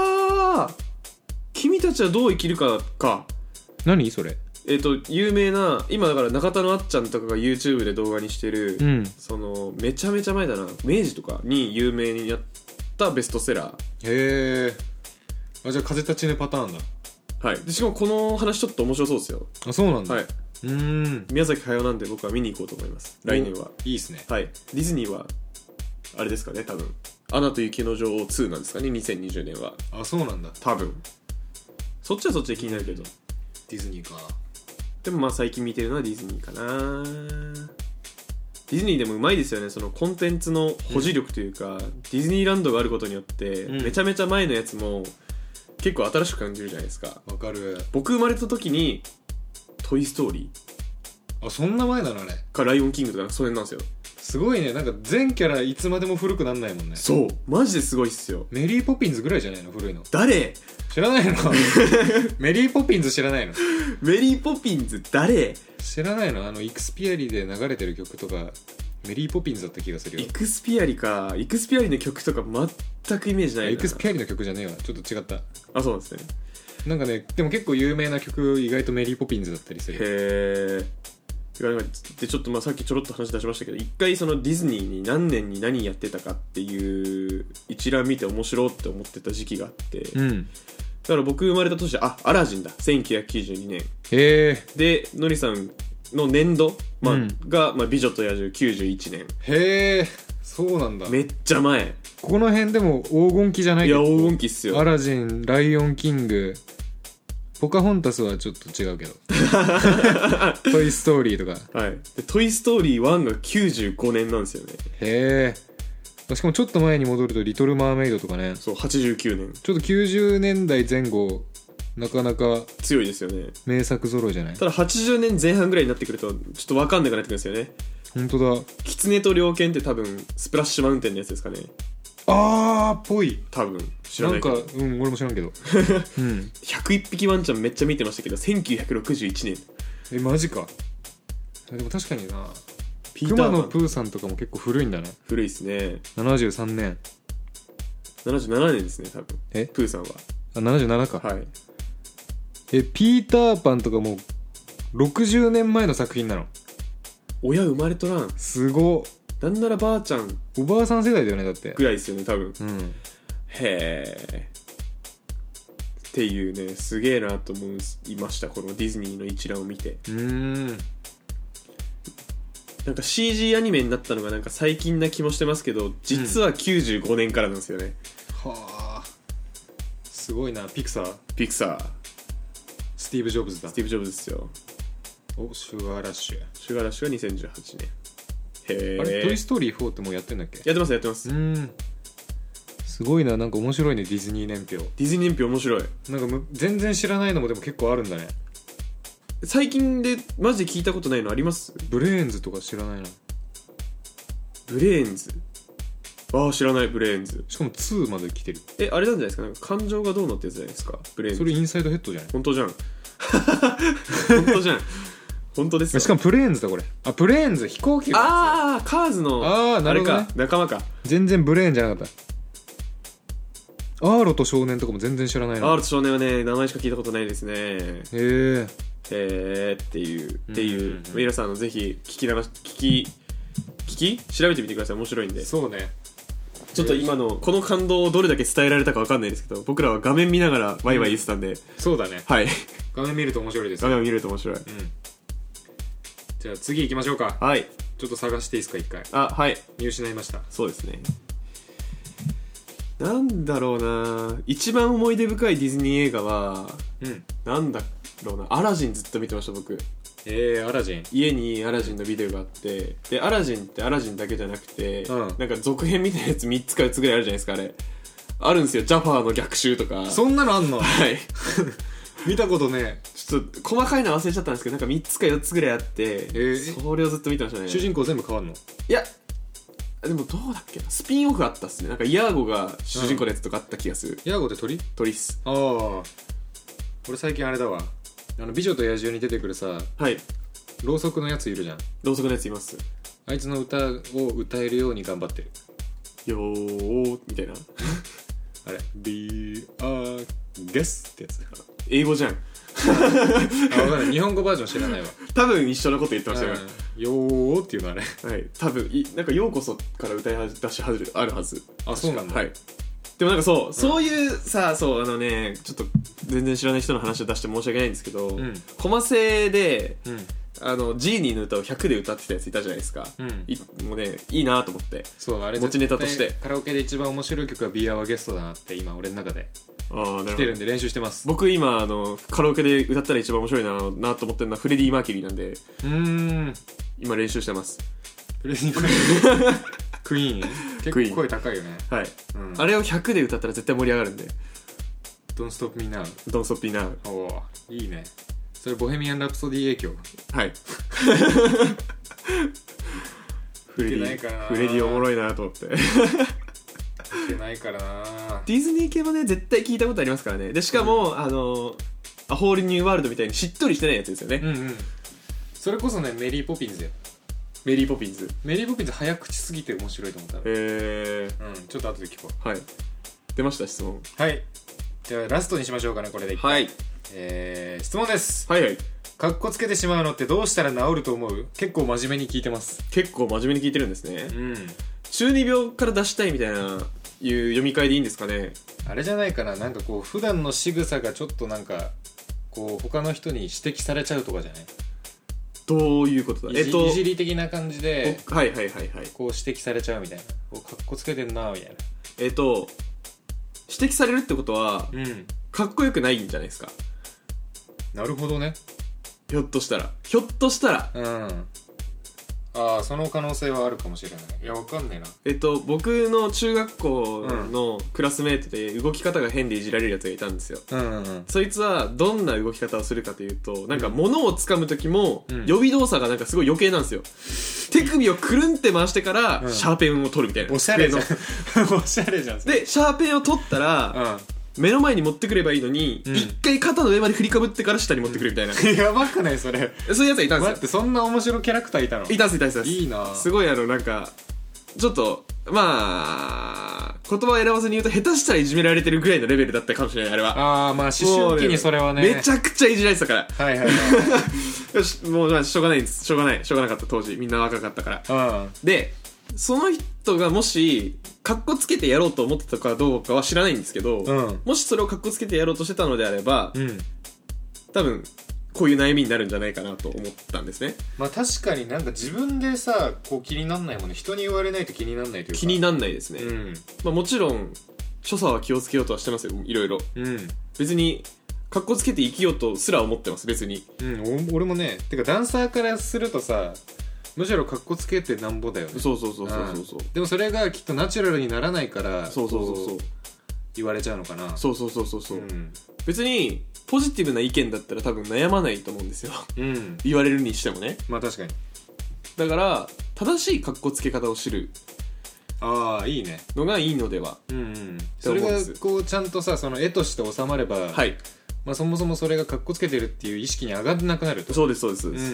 君たちはどう生きるかか。 何それ？ 有名な、今だから中田のあっちゃんとかが YouTube で動画にしてる、そのめちゃめちゃ前だな、明治とかに有名になったベストセラー。 へえ。じゃあ風立ちぬパターンだ。 はい。でしかもこの話ちょっと面白そうですよ。 あ、そうなんだ。 はい。宮崎駿なんで僕は見に行こうと思います、来年は。 いいっすね。 はい。ディズニーはあれですかね、多分アナと雪の女王2なんですかね、2020年は。 あ、そうなんだ。 多分そっちはそっちで気になるけど。 ディズニーか。 でもまあ最近見てるのはディズニーかな。ディズニーでもうまいですよね、そのコンテンツの保持力というか、ディズニーランドがあることによって、めちゃめちゃ前のやつも結構新しく感じるじゃないですか。 わかる。 僕生まれた時にトイストーリー、あ、そんな前なのあれかライオンキングとかそれなんですよ。 すごいね。なんか全キャラいつまでも古くなんないもんね。 そうマジですごいっすよ。 メリーポピンズぐらいじゃないの古いの。 誰知らないの？メリーポピンズ知らないの？ メリーポピンズ誰？ 知らないの？イクスピアリで流れてる曲とかメリーポピンズだった気がするよ。 イクスピアリか。イクスピアリの曲とか全くイメージないな。 イクスピアリの曲じゃねえわ。ちょっと違った。 あ、そうなんですね。 なんかね、でも結構有名な曲意外とメリーポピンズだったりする。 へー。でちょっとまあさっきちょろっと話出しましたけど、一回そのディズニーに何年に何やってたかっていう一覧見て面白って思ってた時期があって、だから僕生まれた年アラジンだ、1992年。 へー。 でのりさんの年度、が、美女と野獣91年。 へー、そうなんだ。 めっちゃ前。 この辺でも黄金期じゃない？ いや黄金期っすよ。 アラジン、ライオンキング、ポカホンタスはちょっと違うけどトイストーリーとか。 はい。でトイストーリー1が95年なんですよね。 へえ。しかもちょっと前に戻るとリトルマーメイドとかね。 そう、89年。 ちょっと90年代前後なかなか強いですよね。 名作揃いじゃない？ ただ80年前半ぐらいになってくるとちょっと分かんなくなってくるんですよね。 本当だ。 狐と猟犬って多分スプラッシュマウンテンのやつですかね。 あーっぽい。 多分知らないけど。 なんか俺も知らんけど 101匹ワンちゃんめっちゃ見てましたけど、1961年。 マジか。でも確かにな、 ピーターパン熊野プーさんとかも結構古いんだね。 古いっすね。 73年。 77年ですね多分。プーさんは。 あ、77か。 はい。 ピーターパンとかもう60年前の作品なの？ 親生まれとらん。 すごっ。 なんならばあちゃんおばあさん世代だよね、だって。 ぐらいですよね多分。 うん。 へー。っっていうね、すげえなと思いました、このディズニーの一覧を見て。なんか CG アニメになったのがなんか最近な気もしてますけど、実は95年からなんですよね。 はあ、すごいな。ピクサーススティーブ・ジョブズだ。 スティーブ・ジョブズですよ。 お、シュガーラッシュ。 シュガーラッシュが2018年。へえ。 あれトイストーリー4ってもうやってんだっけ？ やってますすごいな。なんか面白いね、ディズニー年表。 ディズニー年表面白い。 なんか全然知らないのもでも結構あるんだね。 最近でマジで聞いたことないのあります？ ブレーンズとか知らないな。 ブレーンズ、ああ知らない。ブレーンズしかも2まで来てる。 あれなんじゃないですか、なんか感情がどうなってやつじゃないですか、ブレーンズ。 それインサイドヘッドじゃない？ 本当じゃん本当ですよ。 しかもプレーンズだこれ。あ、プレーンズ飛行機のやつ。 ああカーズのなるほどね、 あれか、仲間か。 全然ブレーンじゃなかった。アーロと少年とかも全然知らないな。 アールと少年はね、名前しか聞いたことないですね。 へえっていう皆さんぜひ調べてみてください。面白いんで。 そうね。 ちょっと今のこの感動をどれだけ伝えられたか分かんないですけど、僕らは画面見ながらワイワイ言ってたんで、 そうだね。 はい画面見ると面白いです。 画面を見ると面白い。 じゃあ次行きましょうか。 はい。 ちょっと探していいですか、一回。 はい。 見失いました。 そうですね。なんだろうな、一番思い出深いディズニー映画は、なんだろうな、アラジンずっと見てました僕。 アラジン。 家にアラジンのビデオがあって、でアラジンってアラジンだけじゃなくて、なんか続編みたいなやつ3つか4つぐらいあるじゃないですか。あれあるんですよ。ジャファーの逆襲とか。 そんなのあんの？ はい見たことね。 ちょっと細かいの忘れちゃったんですけど、なんか3つか4つぐらいあって、それをずっと見てましたね。 主人公全部変わんの？ いやでもどうだっけな、スピンオフあったっすね。なんかイヤーゴが主人公のやつとかあった気がする。 イヤーゴって鳥っす。 ああ、俺最近あれだわ、美女と野獣に出てくるさ、 はい、 ろうそくのやついるじゃん。 ろうそくのやついます。 あいつの歌を歌えるように頑張ってる。 よーみたいなあれ Be a guest ってやつ。 英語じゃん分かんない。日本語バージョン知らないわ。 多分一緒のこと言ってましたよ、 よーっていうのあれ。 はい、多分なんかようこそから歌い出し始めあるはず。 あ、そうなんだ。 はい。でもなんかそういうさ、そうちょっと全然知らない人の話を出して申し訳ないんですけど、コマセで、ジーニーの歌を100で歌ってたやついたじゃないですか。もうね、いいなと思って。 そう、あれ持ちネタとしてカラオケで一番面白い曲は Be Our Guest だなって今俺の中で来てるんで練習してます。 僕今カラオケで歌ったら一番面白いなと思ってるのはフレディ・マーキュリーなんで、今練習してます。 フレディ・マーキュリークイーン結構声高いよね。 はい、あれを100で歌ったら絶対盛り上がるんで。 Don't Stop Me Now Don't Stop Me Now。 おー、いいね。それボヘミアン・ラプソディ影響。 はいフレディおもろいなと思って見てないからな。 ディズニー系もね絶対聞いたことありますからね。でしかも、アホールニューワールドみたいにしっとりしてないやつですよね。 それこそね、メリーポピンズよ。 メリーポピンズ早口すぎて面白いと思った。ちょっと後で聞こう。 はい、出ました質問。 はい、じゃあラストにしましょうかね、これで。 はい、 質問です。 はいはい。 かっこつけてしまうのってどうしたら治ると思う？結構真面目に聞いてます。 結構真面目に聞いてるんですね。中二病から出したいみたいないう読み替えでいいんですかね。 あれじゃないかな、なんかこう普段の仕草がちょっとなんかこう他の人に指摘されちゃうとかじゃない？ どういうことだ？ いじり的な感じで、こう指摘されちゃうみたいな、こうかっこつけてんなみたいな。 指摘されるってことは、かっこよくないんじゃないですか。 なるほどね。 ひょっとしたらその可能性はあるかもしれない。いや、わかんねえな。 僕の中学校のクラスメートで動き方が変でいじられるやつがいたんですよ。そいつはどんな動き方をするかというと、なんか物を掴む時も予備動作がなんかすごい余計なんですよ。手首をくるんって回してからシャーペンを取るみたいな。 おしゃれじゃんおしゃれじゃん。 でシャーペンを取ったら、目の前に持ってくればいいのに、一回肩の上まで振りかぶってから下に持ってくるみたいな。 やばくないそれ？ そういうやつはいたんですよ。 待って、そんな面白いキャラクターいたの？ いたんです。 いいな。 すごいなんかちょっと言葉を選ばずに言うと下手したらいじめられてるぐらいのレベルだったかもしれない。あれは思春期にそれはね、 めちゃくちゃいじられてたから。よし、もうしょうがないんです。しょうがなかった当時、みんな若かったから。でその人がもしカッコつけてやろうと思ってたかどうかは知らないんですけど、もしそれをカッコつけてやろうとしてたのであれば、多分こういう悩みになるんじゃないかなと思ったんですね。 まあ確かになんか自分でさこう気になんないもんね。人に言われないと気になんないというか。 気になんないですね、まあ、もちろん所作は気をつけようとはしてますよ、いろいろ。別にカッコつけて生きようとすら思ってます、別に。 俺もね。てかダンサーからするとさ、むしろカッコつけてなんぼだよね。 そうでもそれがきっとナチュラルにならないから、 そう言われちゃうのかな。 そう、別にポジティブな意見だったら多分悩まないと思うんですよ、言われるにしてもね。 まあ確かに。 だから正しいカッコつけ方を知るいいねのがいいのでは。 それがこうちゃんとさその絵として収まれば、まあ、そもそもそれがカッコつけてるっていう意識に上がんなくなると。 そうです、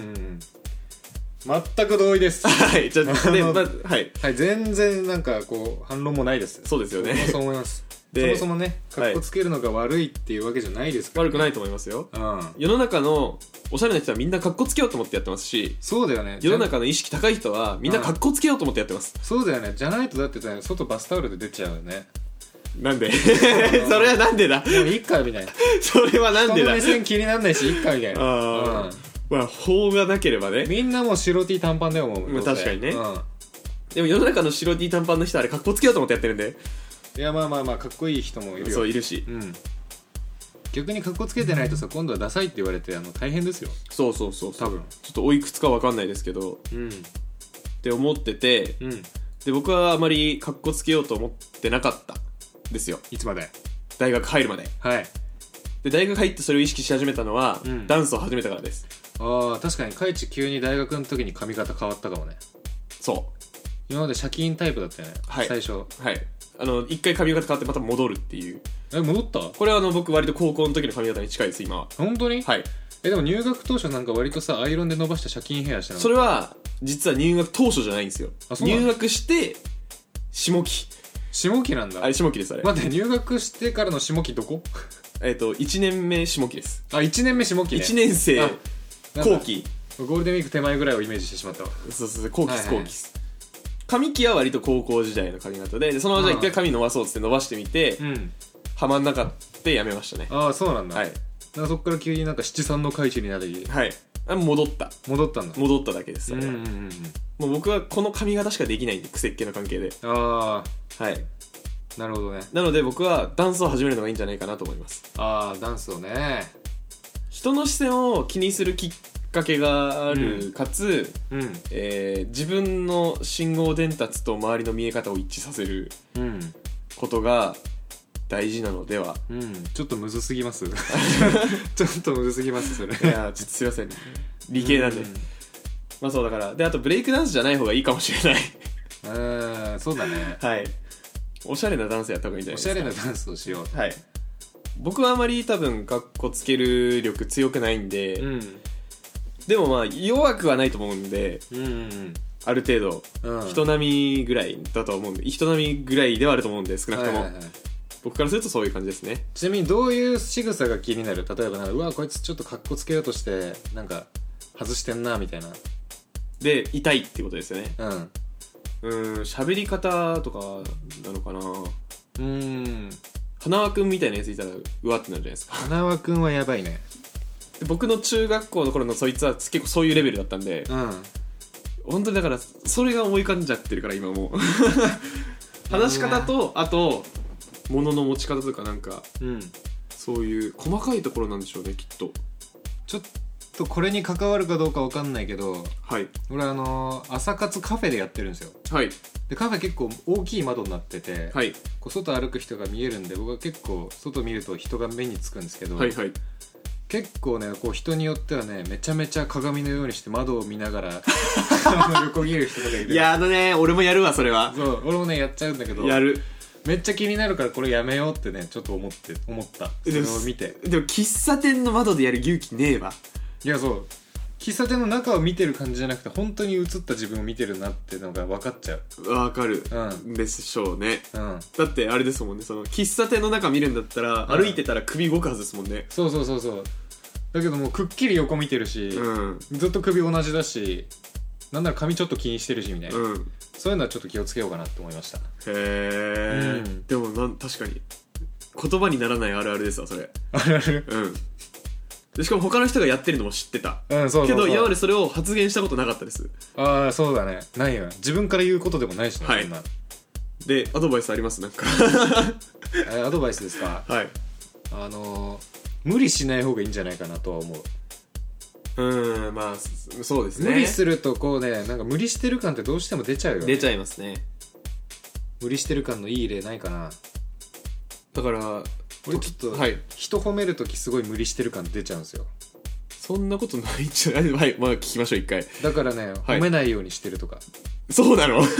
全く同意ですはいじゃあね全然なんかこう反論もないです。 そうですよね。 そう思います。そもそもねカッコつけるのが悪いっていうわけじゃないですから、 悪くないと思いますよ。世の中のおしゃれな人はみんなカッコつけようと思ってやってますし、 そうだよね。 世の中の意識高い人はみんなカッコつけようと思ってやってます。 そうだよね。じゃないとだってさ外バスタオルで出ちゃうよね。 なんでそれはなんでだ。 でもいいかみたいな。 それはなんでだ。 人の目線気になんないしいいかみたいな。 まあ法がなければね。 みんなもう白 T 短パンだよもう。 確かにね。でも世の中の白 T 短パンの人はあれカッコつけようと思ってやってるんで。 いやまあかっこいい人もいるよ。 そういるし、 逆にカッコつけてないとさ今度はダサいって言われて大変ですよ。 そう多分ちょっとおいくつか分かんないですけど、って思ってて、で僕はあまりカッコつけようと思ってなかったんですよ。 いつまで？ 大学入るまで。で大学入ってそれを意識し始めたのは、ダンスを始めたからです。 確かにカイチ急に大学の時に髪型変わったかもね。今までシャキーンタイプだったよね、最初。 一回髪型変わってまた戻るっていう。 戻った？ これは僕割と高校の時の髪型に近いです今は。 本当に？でも入学当初なんか割とさアイロンで伸ばしたシャキーンヘアしてなかった？ それは実は入学当初じゃないんですよ。入学して下期なんだ。 あれ下期です。あれ待って、入学してからの下期どこ ？1年目下期です。 1年目下期ね。 1年生後期。 ゴールデンウィーク手前ぐらいをイメージしてしまったわ。 そう後期です。上期は割と高校時代の髪型で、そのままじゃあ一回髪伸ばそうっつって伸ばしてみて、はまんなかったやめましたね。 そうなんだ。なんかそっから急になんか七三のカイチになり、 戻ったんだ。戻っただけです。もう僕はこの髪型しかできないんで、癖っ気の関係で。 なるほどね。 なので僕はダンスを始めるのがいいんじゃないかなと思います。 ダンスをね。 人の視線を気にするきっかけがある、かつ、自分の信号伝達と周りの見え方を一致させることが大事なのでは。 ちょっとむずすぎますちょっとむずすぎますそれ。 いやちょっとすいません、理系なんで。まあそうだからで、あとブレイクダンスじゃない方がいいかもしれない。 そうだね。 おしゃれなダンスやった方がいいんじゃないですか。 おしゃれなダンスをしよう。 僕はあまり多分カッコつける力強くないんで、でもまあ弱くはないと思うんで、ある程度、人並みぐらいだと思うんで、人並みぐらいではあると思うんで、少なくとも、僕からするとそういう感じですね。 ちなみにどういう仕草が気になる？例えばなんかうわこいつちょっとカッコつけようとしてなんか外してんなみたいなで痛いってことですよね。喋り方とかなのかな。花輪くんみたいなやついたらうわってなるじゃないですか。 花輪くんはやばいね。 で僕の中学校の頃のそいつは結構そういうレベルだったんで、本当にだからそれが思い浮かんじゃってるから今もう話し方とあと物の持ち方とかなんか、そういう細かいところなんでしょうねきっと。 ちょっとこれに関わるかどうかわかんないけど、俺朝活カフェでやってるんですよ。でカフェ結構大きい窓になってて、こう外歩く人が見えるんで、僕は結構外見ると人が目につくんですけど、結構ねこう人によってはねめちゃめちゃ鏡のようにして窓を見ながら横切る人とかいる。 いや俺もやるわそれは。 そう俺もねやっちゃうんだけど、 やる。 めっちゃ気になるからこれやめようってねちょっと思った。それを見て。 でも喫茶店の窓でやる勇気ねえわ。 いやそう喫茶店の中を見てる感じじゃなくて本当に映った自分を見てるなってのが分かっちゃう。 分かる、でしょうね、だってあれですもんね、その喫茶店の中見るんだったら、歩いてたら首動くはずですもんね。 そうだけどもうくっきり横見てるし、ずっと首同じだし、 なんなら髪ちょっと気にしてるしみたいな、 うん、 そういうのはちょっと気をつけようかなと思いました。へえ、うん、でも確かに言葉にならないあるあるですわそれ。 あるある。 うんでしかも他の人がやってるのも知ってた、 うん、そうそうそう、 けど今までそれを発言したことなかったです。 ああそうだね、ないよ、自分から言うことでもないしね、 はい、 そんな。 でアドバイスありますなんかアドバイスですか。 はい、 無理しない方がいいんじゃないかなとは思う。まあそうですね。 無理するとこうね、なんか無理してる感ってどうしても出ちゃうよね。 出ちゃいますね。 無理してる感のいい例ないかな。 だから俺ちょっと、はい、人褒めるときすごい無理してる感出ちゃうんですよ。 そんなことないんじゃない。はい、まあ聞きましょう一回。 だからね、褒めないようにしてるとか。 そうなのうん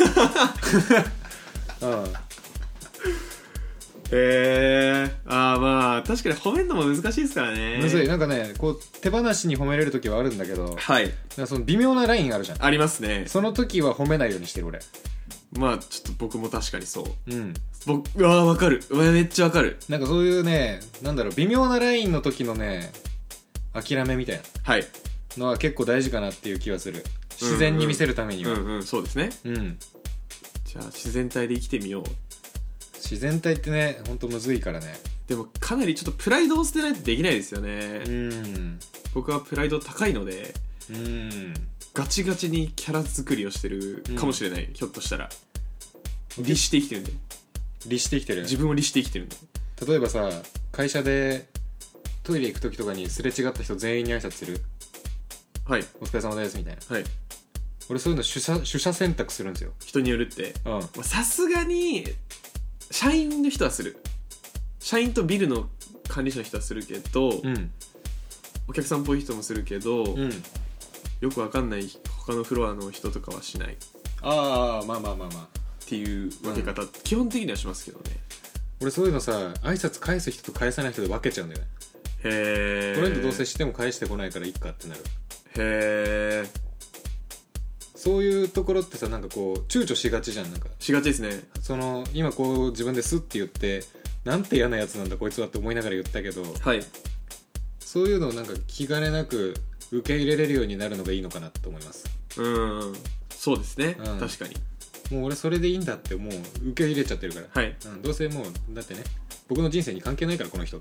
まあ確かに褒めるのも難しいですからね。 むずい。なんかね、こう手放しに褒めれるときはあるんだけど、 はい、 なんかその微妙なラインあるじゃん。 ありますね。 その時は褒めないようにしてる俺。 まあちょっと僕も確かにそう。 うん。 わかる。めっちゃわかる。 なんかそういうね、なんだろう、微妙なラインの時のね、諦めみたいなのは結構大事かなっていう気はする。自然に見せるためには。 うんうん、そうですね。 うん。 じゃあ自然体で生きてみよう。 自然体ってね、ほんとむずいからね。 でもかなりちょっとプライドを捨てないとできないですよね。僕はプライド高いので、ガチガチにキャラ作りをしてるかもしれない、ひょっとしたら律して生きてるんで。 律して生きてる。 自分を律して生きてるんで。 例えばさ、会社でトイレ行く時とかにすれ違った人全員に挨拶する。 はい、 お疲れ様ですみたいな。 はい、 俺そういうの取捨選択するんですよ。 人によるって。さすがに社員の人はする。社員とビルの管理者の人はするけど、お客さんっぽい人もするけど、よくわかんない他のフロアの人とかはしない。 ああ、まあっていう分け方、基本的にはしますけどね。 俺そういうのさ、挨拶返す人と返さない人で分けちゃうんだよね。 へえ。 この人どうせしても返してこないからいっかってなる。 へえ。 そういうところってさ、なんかこう躊躇しがちじゃん。なんかしがちですね。 その今こう自分ですって言って、なんて嫌なやつなんだこいつはって思いながら言ったけど、 はい、 そういうのをなんか気兼ねなく受け入れれるようになるのがいいのかなと思います。 そうですね、確かに。 もう俺それでいいんだってもう受け入れちゃってるから、 はい、 どうせもうだってね、僕の人生に関係ないからこの人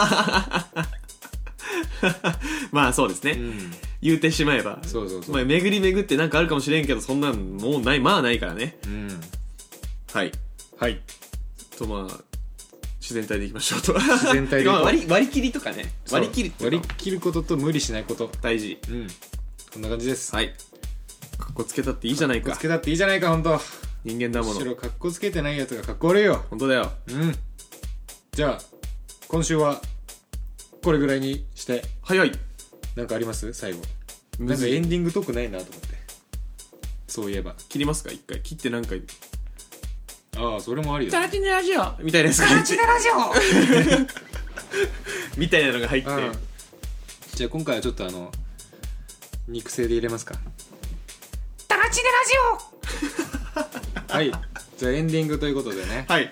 まあそうですね、言うてしまえば。 そう、 まあ、巡り巡ってなんかあるかもしれんけど、そんなんもうない、まあないからね。はいと、まあ自然体でいきましょうと。 自然体で割り切りとかね。割り切ることと無理しないこと大事。 こんな感じです。 はい。かっこつけたっていいじゃないか。 かっこつけたっていいじゃないか。本当人間だもの。 むしろかっこつけてないやつがかっこ悪いよ。 本当だよ。 じゃあ今週はこれぐらいにして。 早い。 なんかあります最後。なんかエンディングトークないなと思って。そういえば切りますか。一回切って何回。 ああ、それもありだ。 タラチネラジオみたいなやつがタラチネラジオみたいなのが入って。 じゃあ今回はちょっと肉声で入れますか。 タラチネラジオはい。じゃあエンディングということでね。 はい。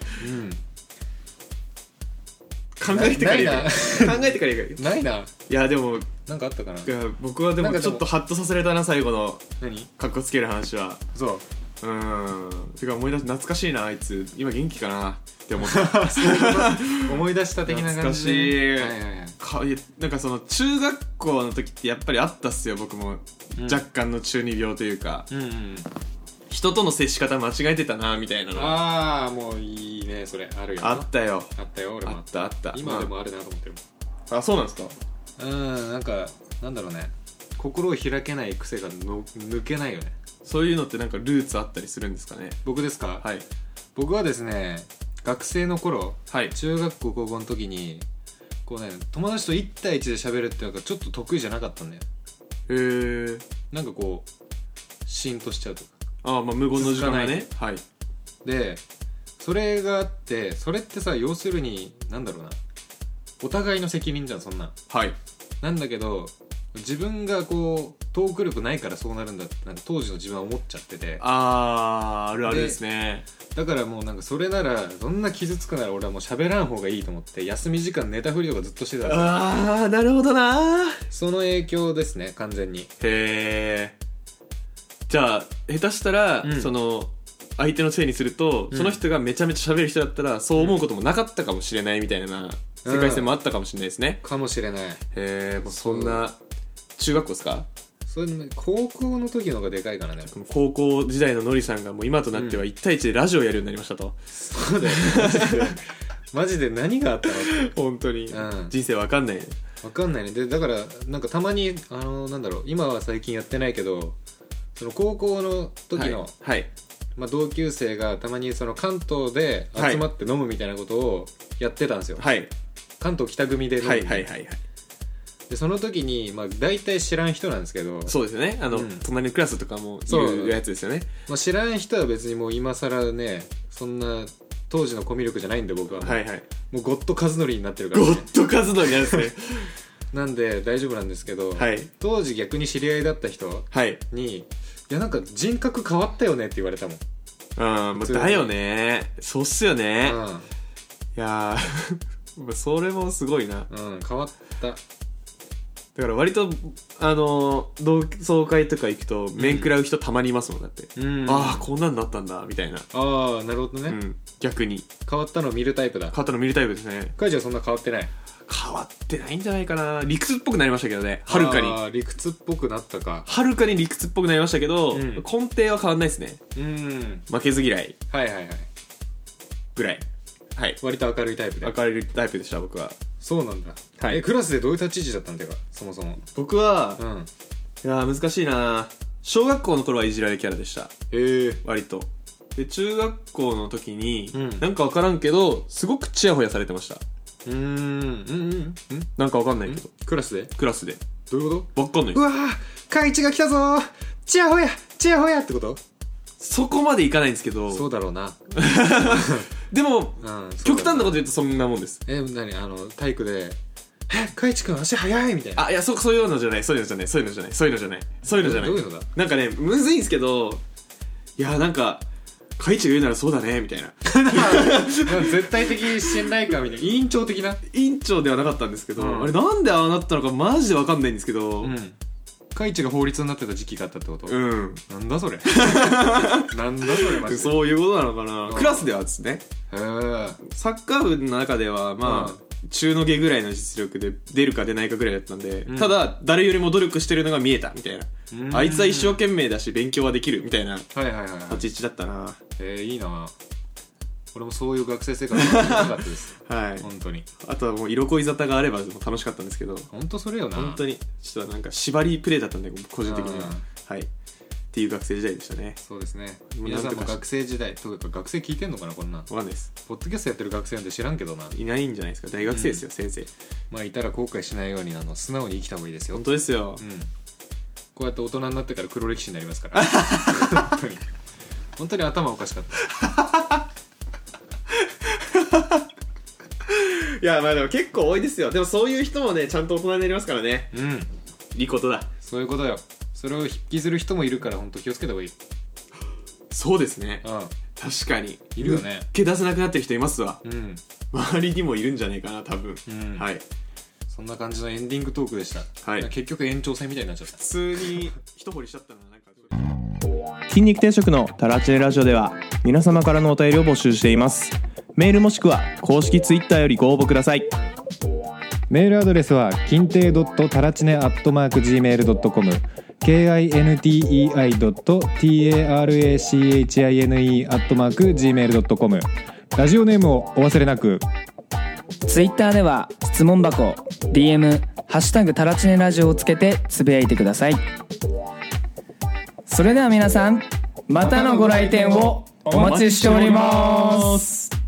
考えてから言う。考えてから言う。 ないな。 いやでもなんかあったかな。 僕はでもちょっとハッとさせられたな、最後の。 何？ かっこつける話は。 そう。 てか思い出し、懐かしいな、あいつ今元気かなって思った思い出した的な感じで。 懐かしい。なんかその中学校の時ってやっぱりあったっすよ、僕も。若干の中二病というか、人との接し方間違えてたなみたいなの。 ああ、もういいね、それあるよ。 あったよ。 あったよ、俺も。 あった今でもあるなと思ってるもん。あ、そうなんですか。 なんかなんだろうね、心を開けない癖が抜けないよね。 そういうのってなんかルーツあったりするんですかね。 僕ですか。 はい。僕はですね、学生の頃、 はい、 中学校高校の時にこうね、友達と1対1で喋るっていうのがちょっと得意じゃなかったんだよ。 へえ。 なんかこうシーンとしちゃうとか。 まあ無言の時間がね。はい。 でそれがあって、それってさ、要するになんだろうな、お互いの責任じゃん、そんな。 はい。 なんだけど自分がこうトーク力ないからそうなるんだって、なんか当時の自分は思っちゃってて。 あるあるですね。 だからもうなんかそれなら、そんな傷つくなら俺はもう喋らん方がいいと思って、休み時間寝たふりとかずっとしてた。 なるほどな。 その影響ですね、完全に。 へえ。 じゃあ下手したら、その相手のせいにすると、その人がめちゃめちゃ喋る人だったらそう思うこともなかったかもしれないみたいな世界線もあったかもしれないですね、 かもしれない。 もうそんな中学校ですか？ それ高校の時の方がでかいからね。 高校時代ののりさんがもう今となっては1対1でラジオやるようになりましたと、 そうだよマジで何があったのって本当に、人生わかんないね。 わかんないね。でだからなんかたまになんだろう、今は最近やってないけど、その高校の時の、まあ、同級生がたまにその関東で集まって飲むみたいなことをやってたんですよ、関東北組で飲む、でその時に、まあ、大体知らん人なんですけど、 そうですよね、隣のクラスとかもいるやつですよね。 まあ、知らん人は別にもう今更ね、そんな当時のコミュ力じゃないんで僕はもう、もうゴッドカズノリになってるから、ね、 ゴッドカズノリなんですねなんで大丈夫なんですけど、当時逆に知り合いだった人に、いやなんか人格変わったよねって言われたもん。 もうだよね、そうっすよね、いやそれもすごいな、 変わった。 だから割と同窓会とか行くと面食らう人たまにいますもん。だって、ああこんなんだったんだみたいな。 ああなるほどね、 逆に変わったのを見るタイプだ。 変わったの見るタイプですね。 カイジはそんな変わってない？ 変わってないんじゃないかな。理屈っぽくなりましたけどね、はるかに。 理屈っぽくなったか。 はるかに理屈っぽくなりましたけど、根底は変わんないですね。負けず嫌いぐらい、 割と明るいタイプで。 明るいタイプでした僕は。 そうなんだ。クラスでどういう立ち位置だったんだよそもそも。僕は、いや難しいな。小学校の頃はいじられキャラでした。割と。で中学校の時に、なんか分からんけどすごくチヤホヤされてました。なんか分かんないけど、クラスでどういうこと？分かんない。 うわーカイチが来たぞー、チヤホヤチヤホヤってこと？ そこまでいかないんですけど。 そうだろうなでも、極端なこと言うとそんなもんです。 何体育でカイチ君足速いみたいな。 いやそういうのじゃない。そういうのじゃない。どういうのだ。なんかねむずいんですけど、いやなんかカイチが言うならそうだねみたいな絶対的信頼感みたいな。委員長的な。 委員長ではなかったんですけど、あれなんでああなったのかマジで分かんないんですけど、 カイチが法律になってた時期があったってこと？なんだそれなんだそれマジで。 そういうことなのかな。クラスではですね、サッカー部の中ではまあ、中の下ぐらいの実力で出るか出ないかぐらいだったんで、ただ誰よりも努力してるのが見えたみたいな。あいつは一生懸命だし勉強はできるみたいな立ち位置だったな。 いいな。俺もそういう学生生活が楽しかったです本当に。 あとはもう色恋沙汰があれば楽しかったんですけど。 本当それよな。 本当にちょっとなんか縛りプレイだったんで個人的には。っていう学生時代でしたね。 そうですね。皆さんも学生時代とか学生聞いてんのかなこんな。わかんないです。 ポッドキャストやってる学生なんて知らんけどな。 いないんじゃないですか。大学生ですよ、先生。 まあいたら後悔しないように素直に生きた方がいいですよ。 本当ですよ。 こうやって大人になってから黒歴史になりますから本当に頭おかしかったいやまあでも結構多いですよ。でもそういう人もねちゃんと大人になりますからね。いいことだ。 そういうことよ。それを引きずる人もいるから本当気をつけた方がいい。 そうですね。確かにいるよね。 抜け出せなくなってる人いますわ。周りにもいるんじゃないかな多分。 そんな感じのエンディングトークでした。結局延長戦みたいになっちゃった。 普通に一掘りしちゃったのなんか。 筋肉定食のタラチネラジオでは皆様からのお便りを募集しています。メールもしくは公式ツイッターよりご応募ください。 メールアドレスは金亭.tarachine@gmail.com kintei.tarachine@gmail.com ラジオネームをお忘れなく。 ツイッターでは質問箱 DM ハッシュタグタラチネラジオをつけてつぶやいてください。それでは皆さんまたのご来店をお待ちしております。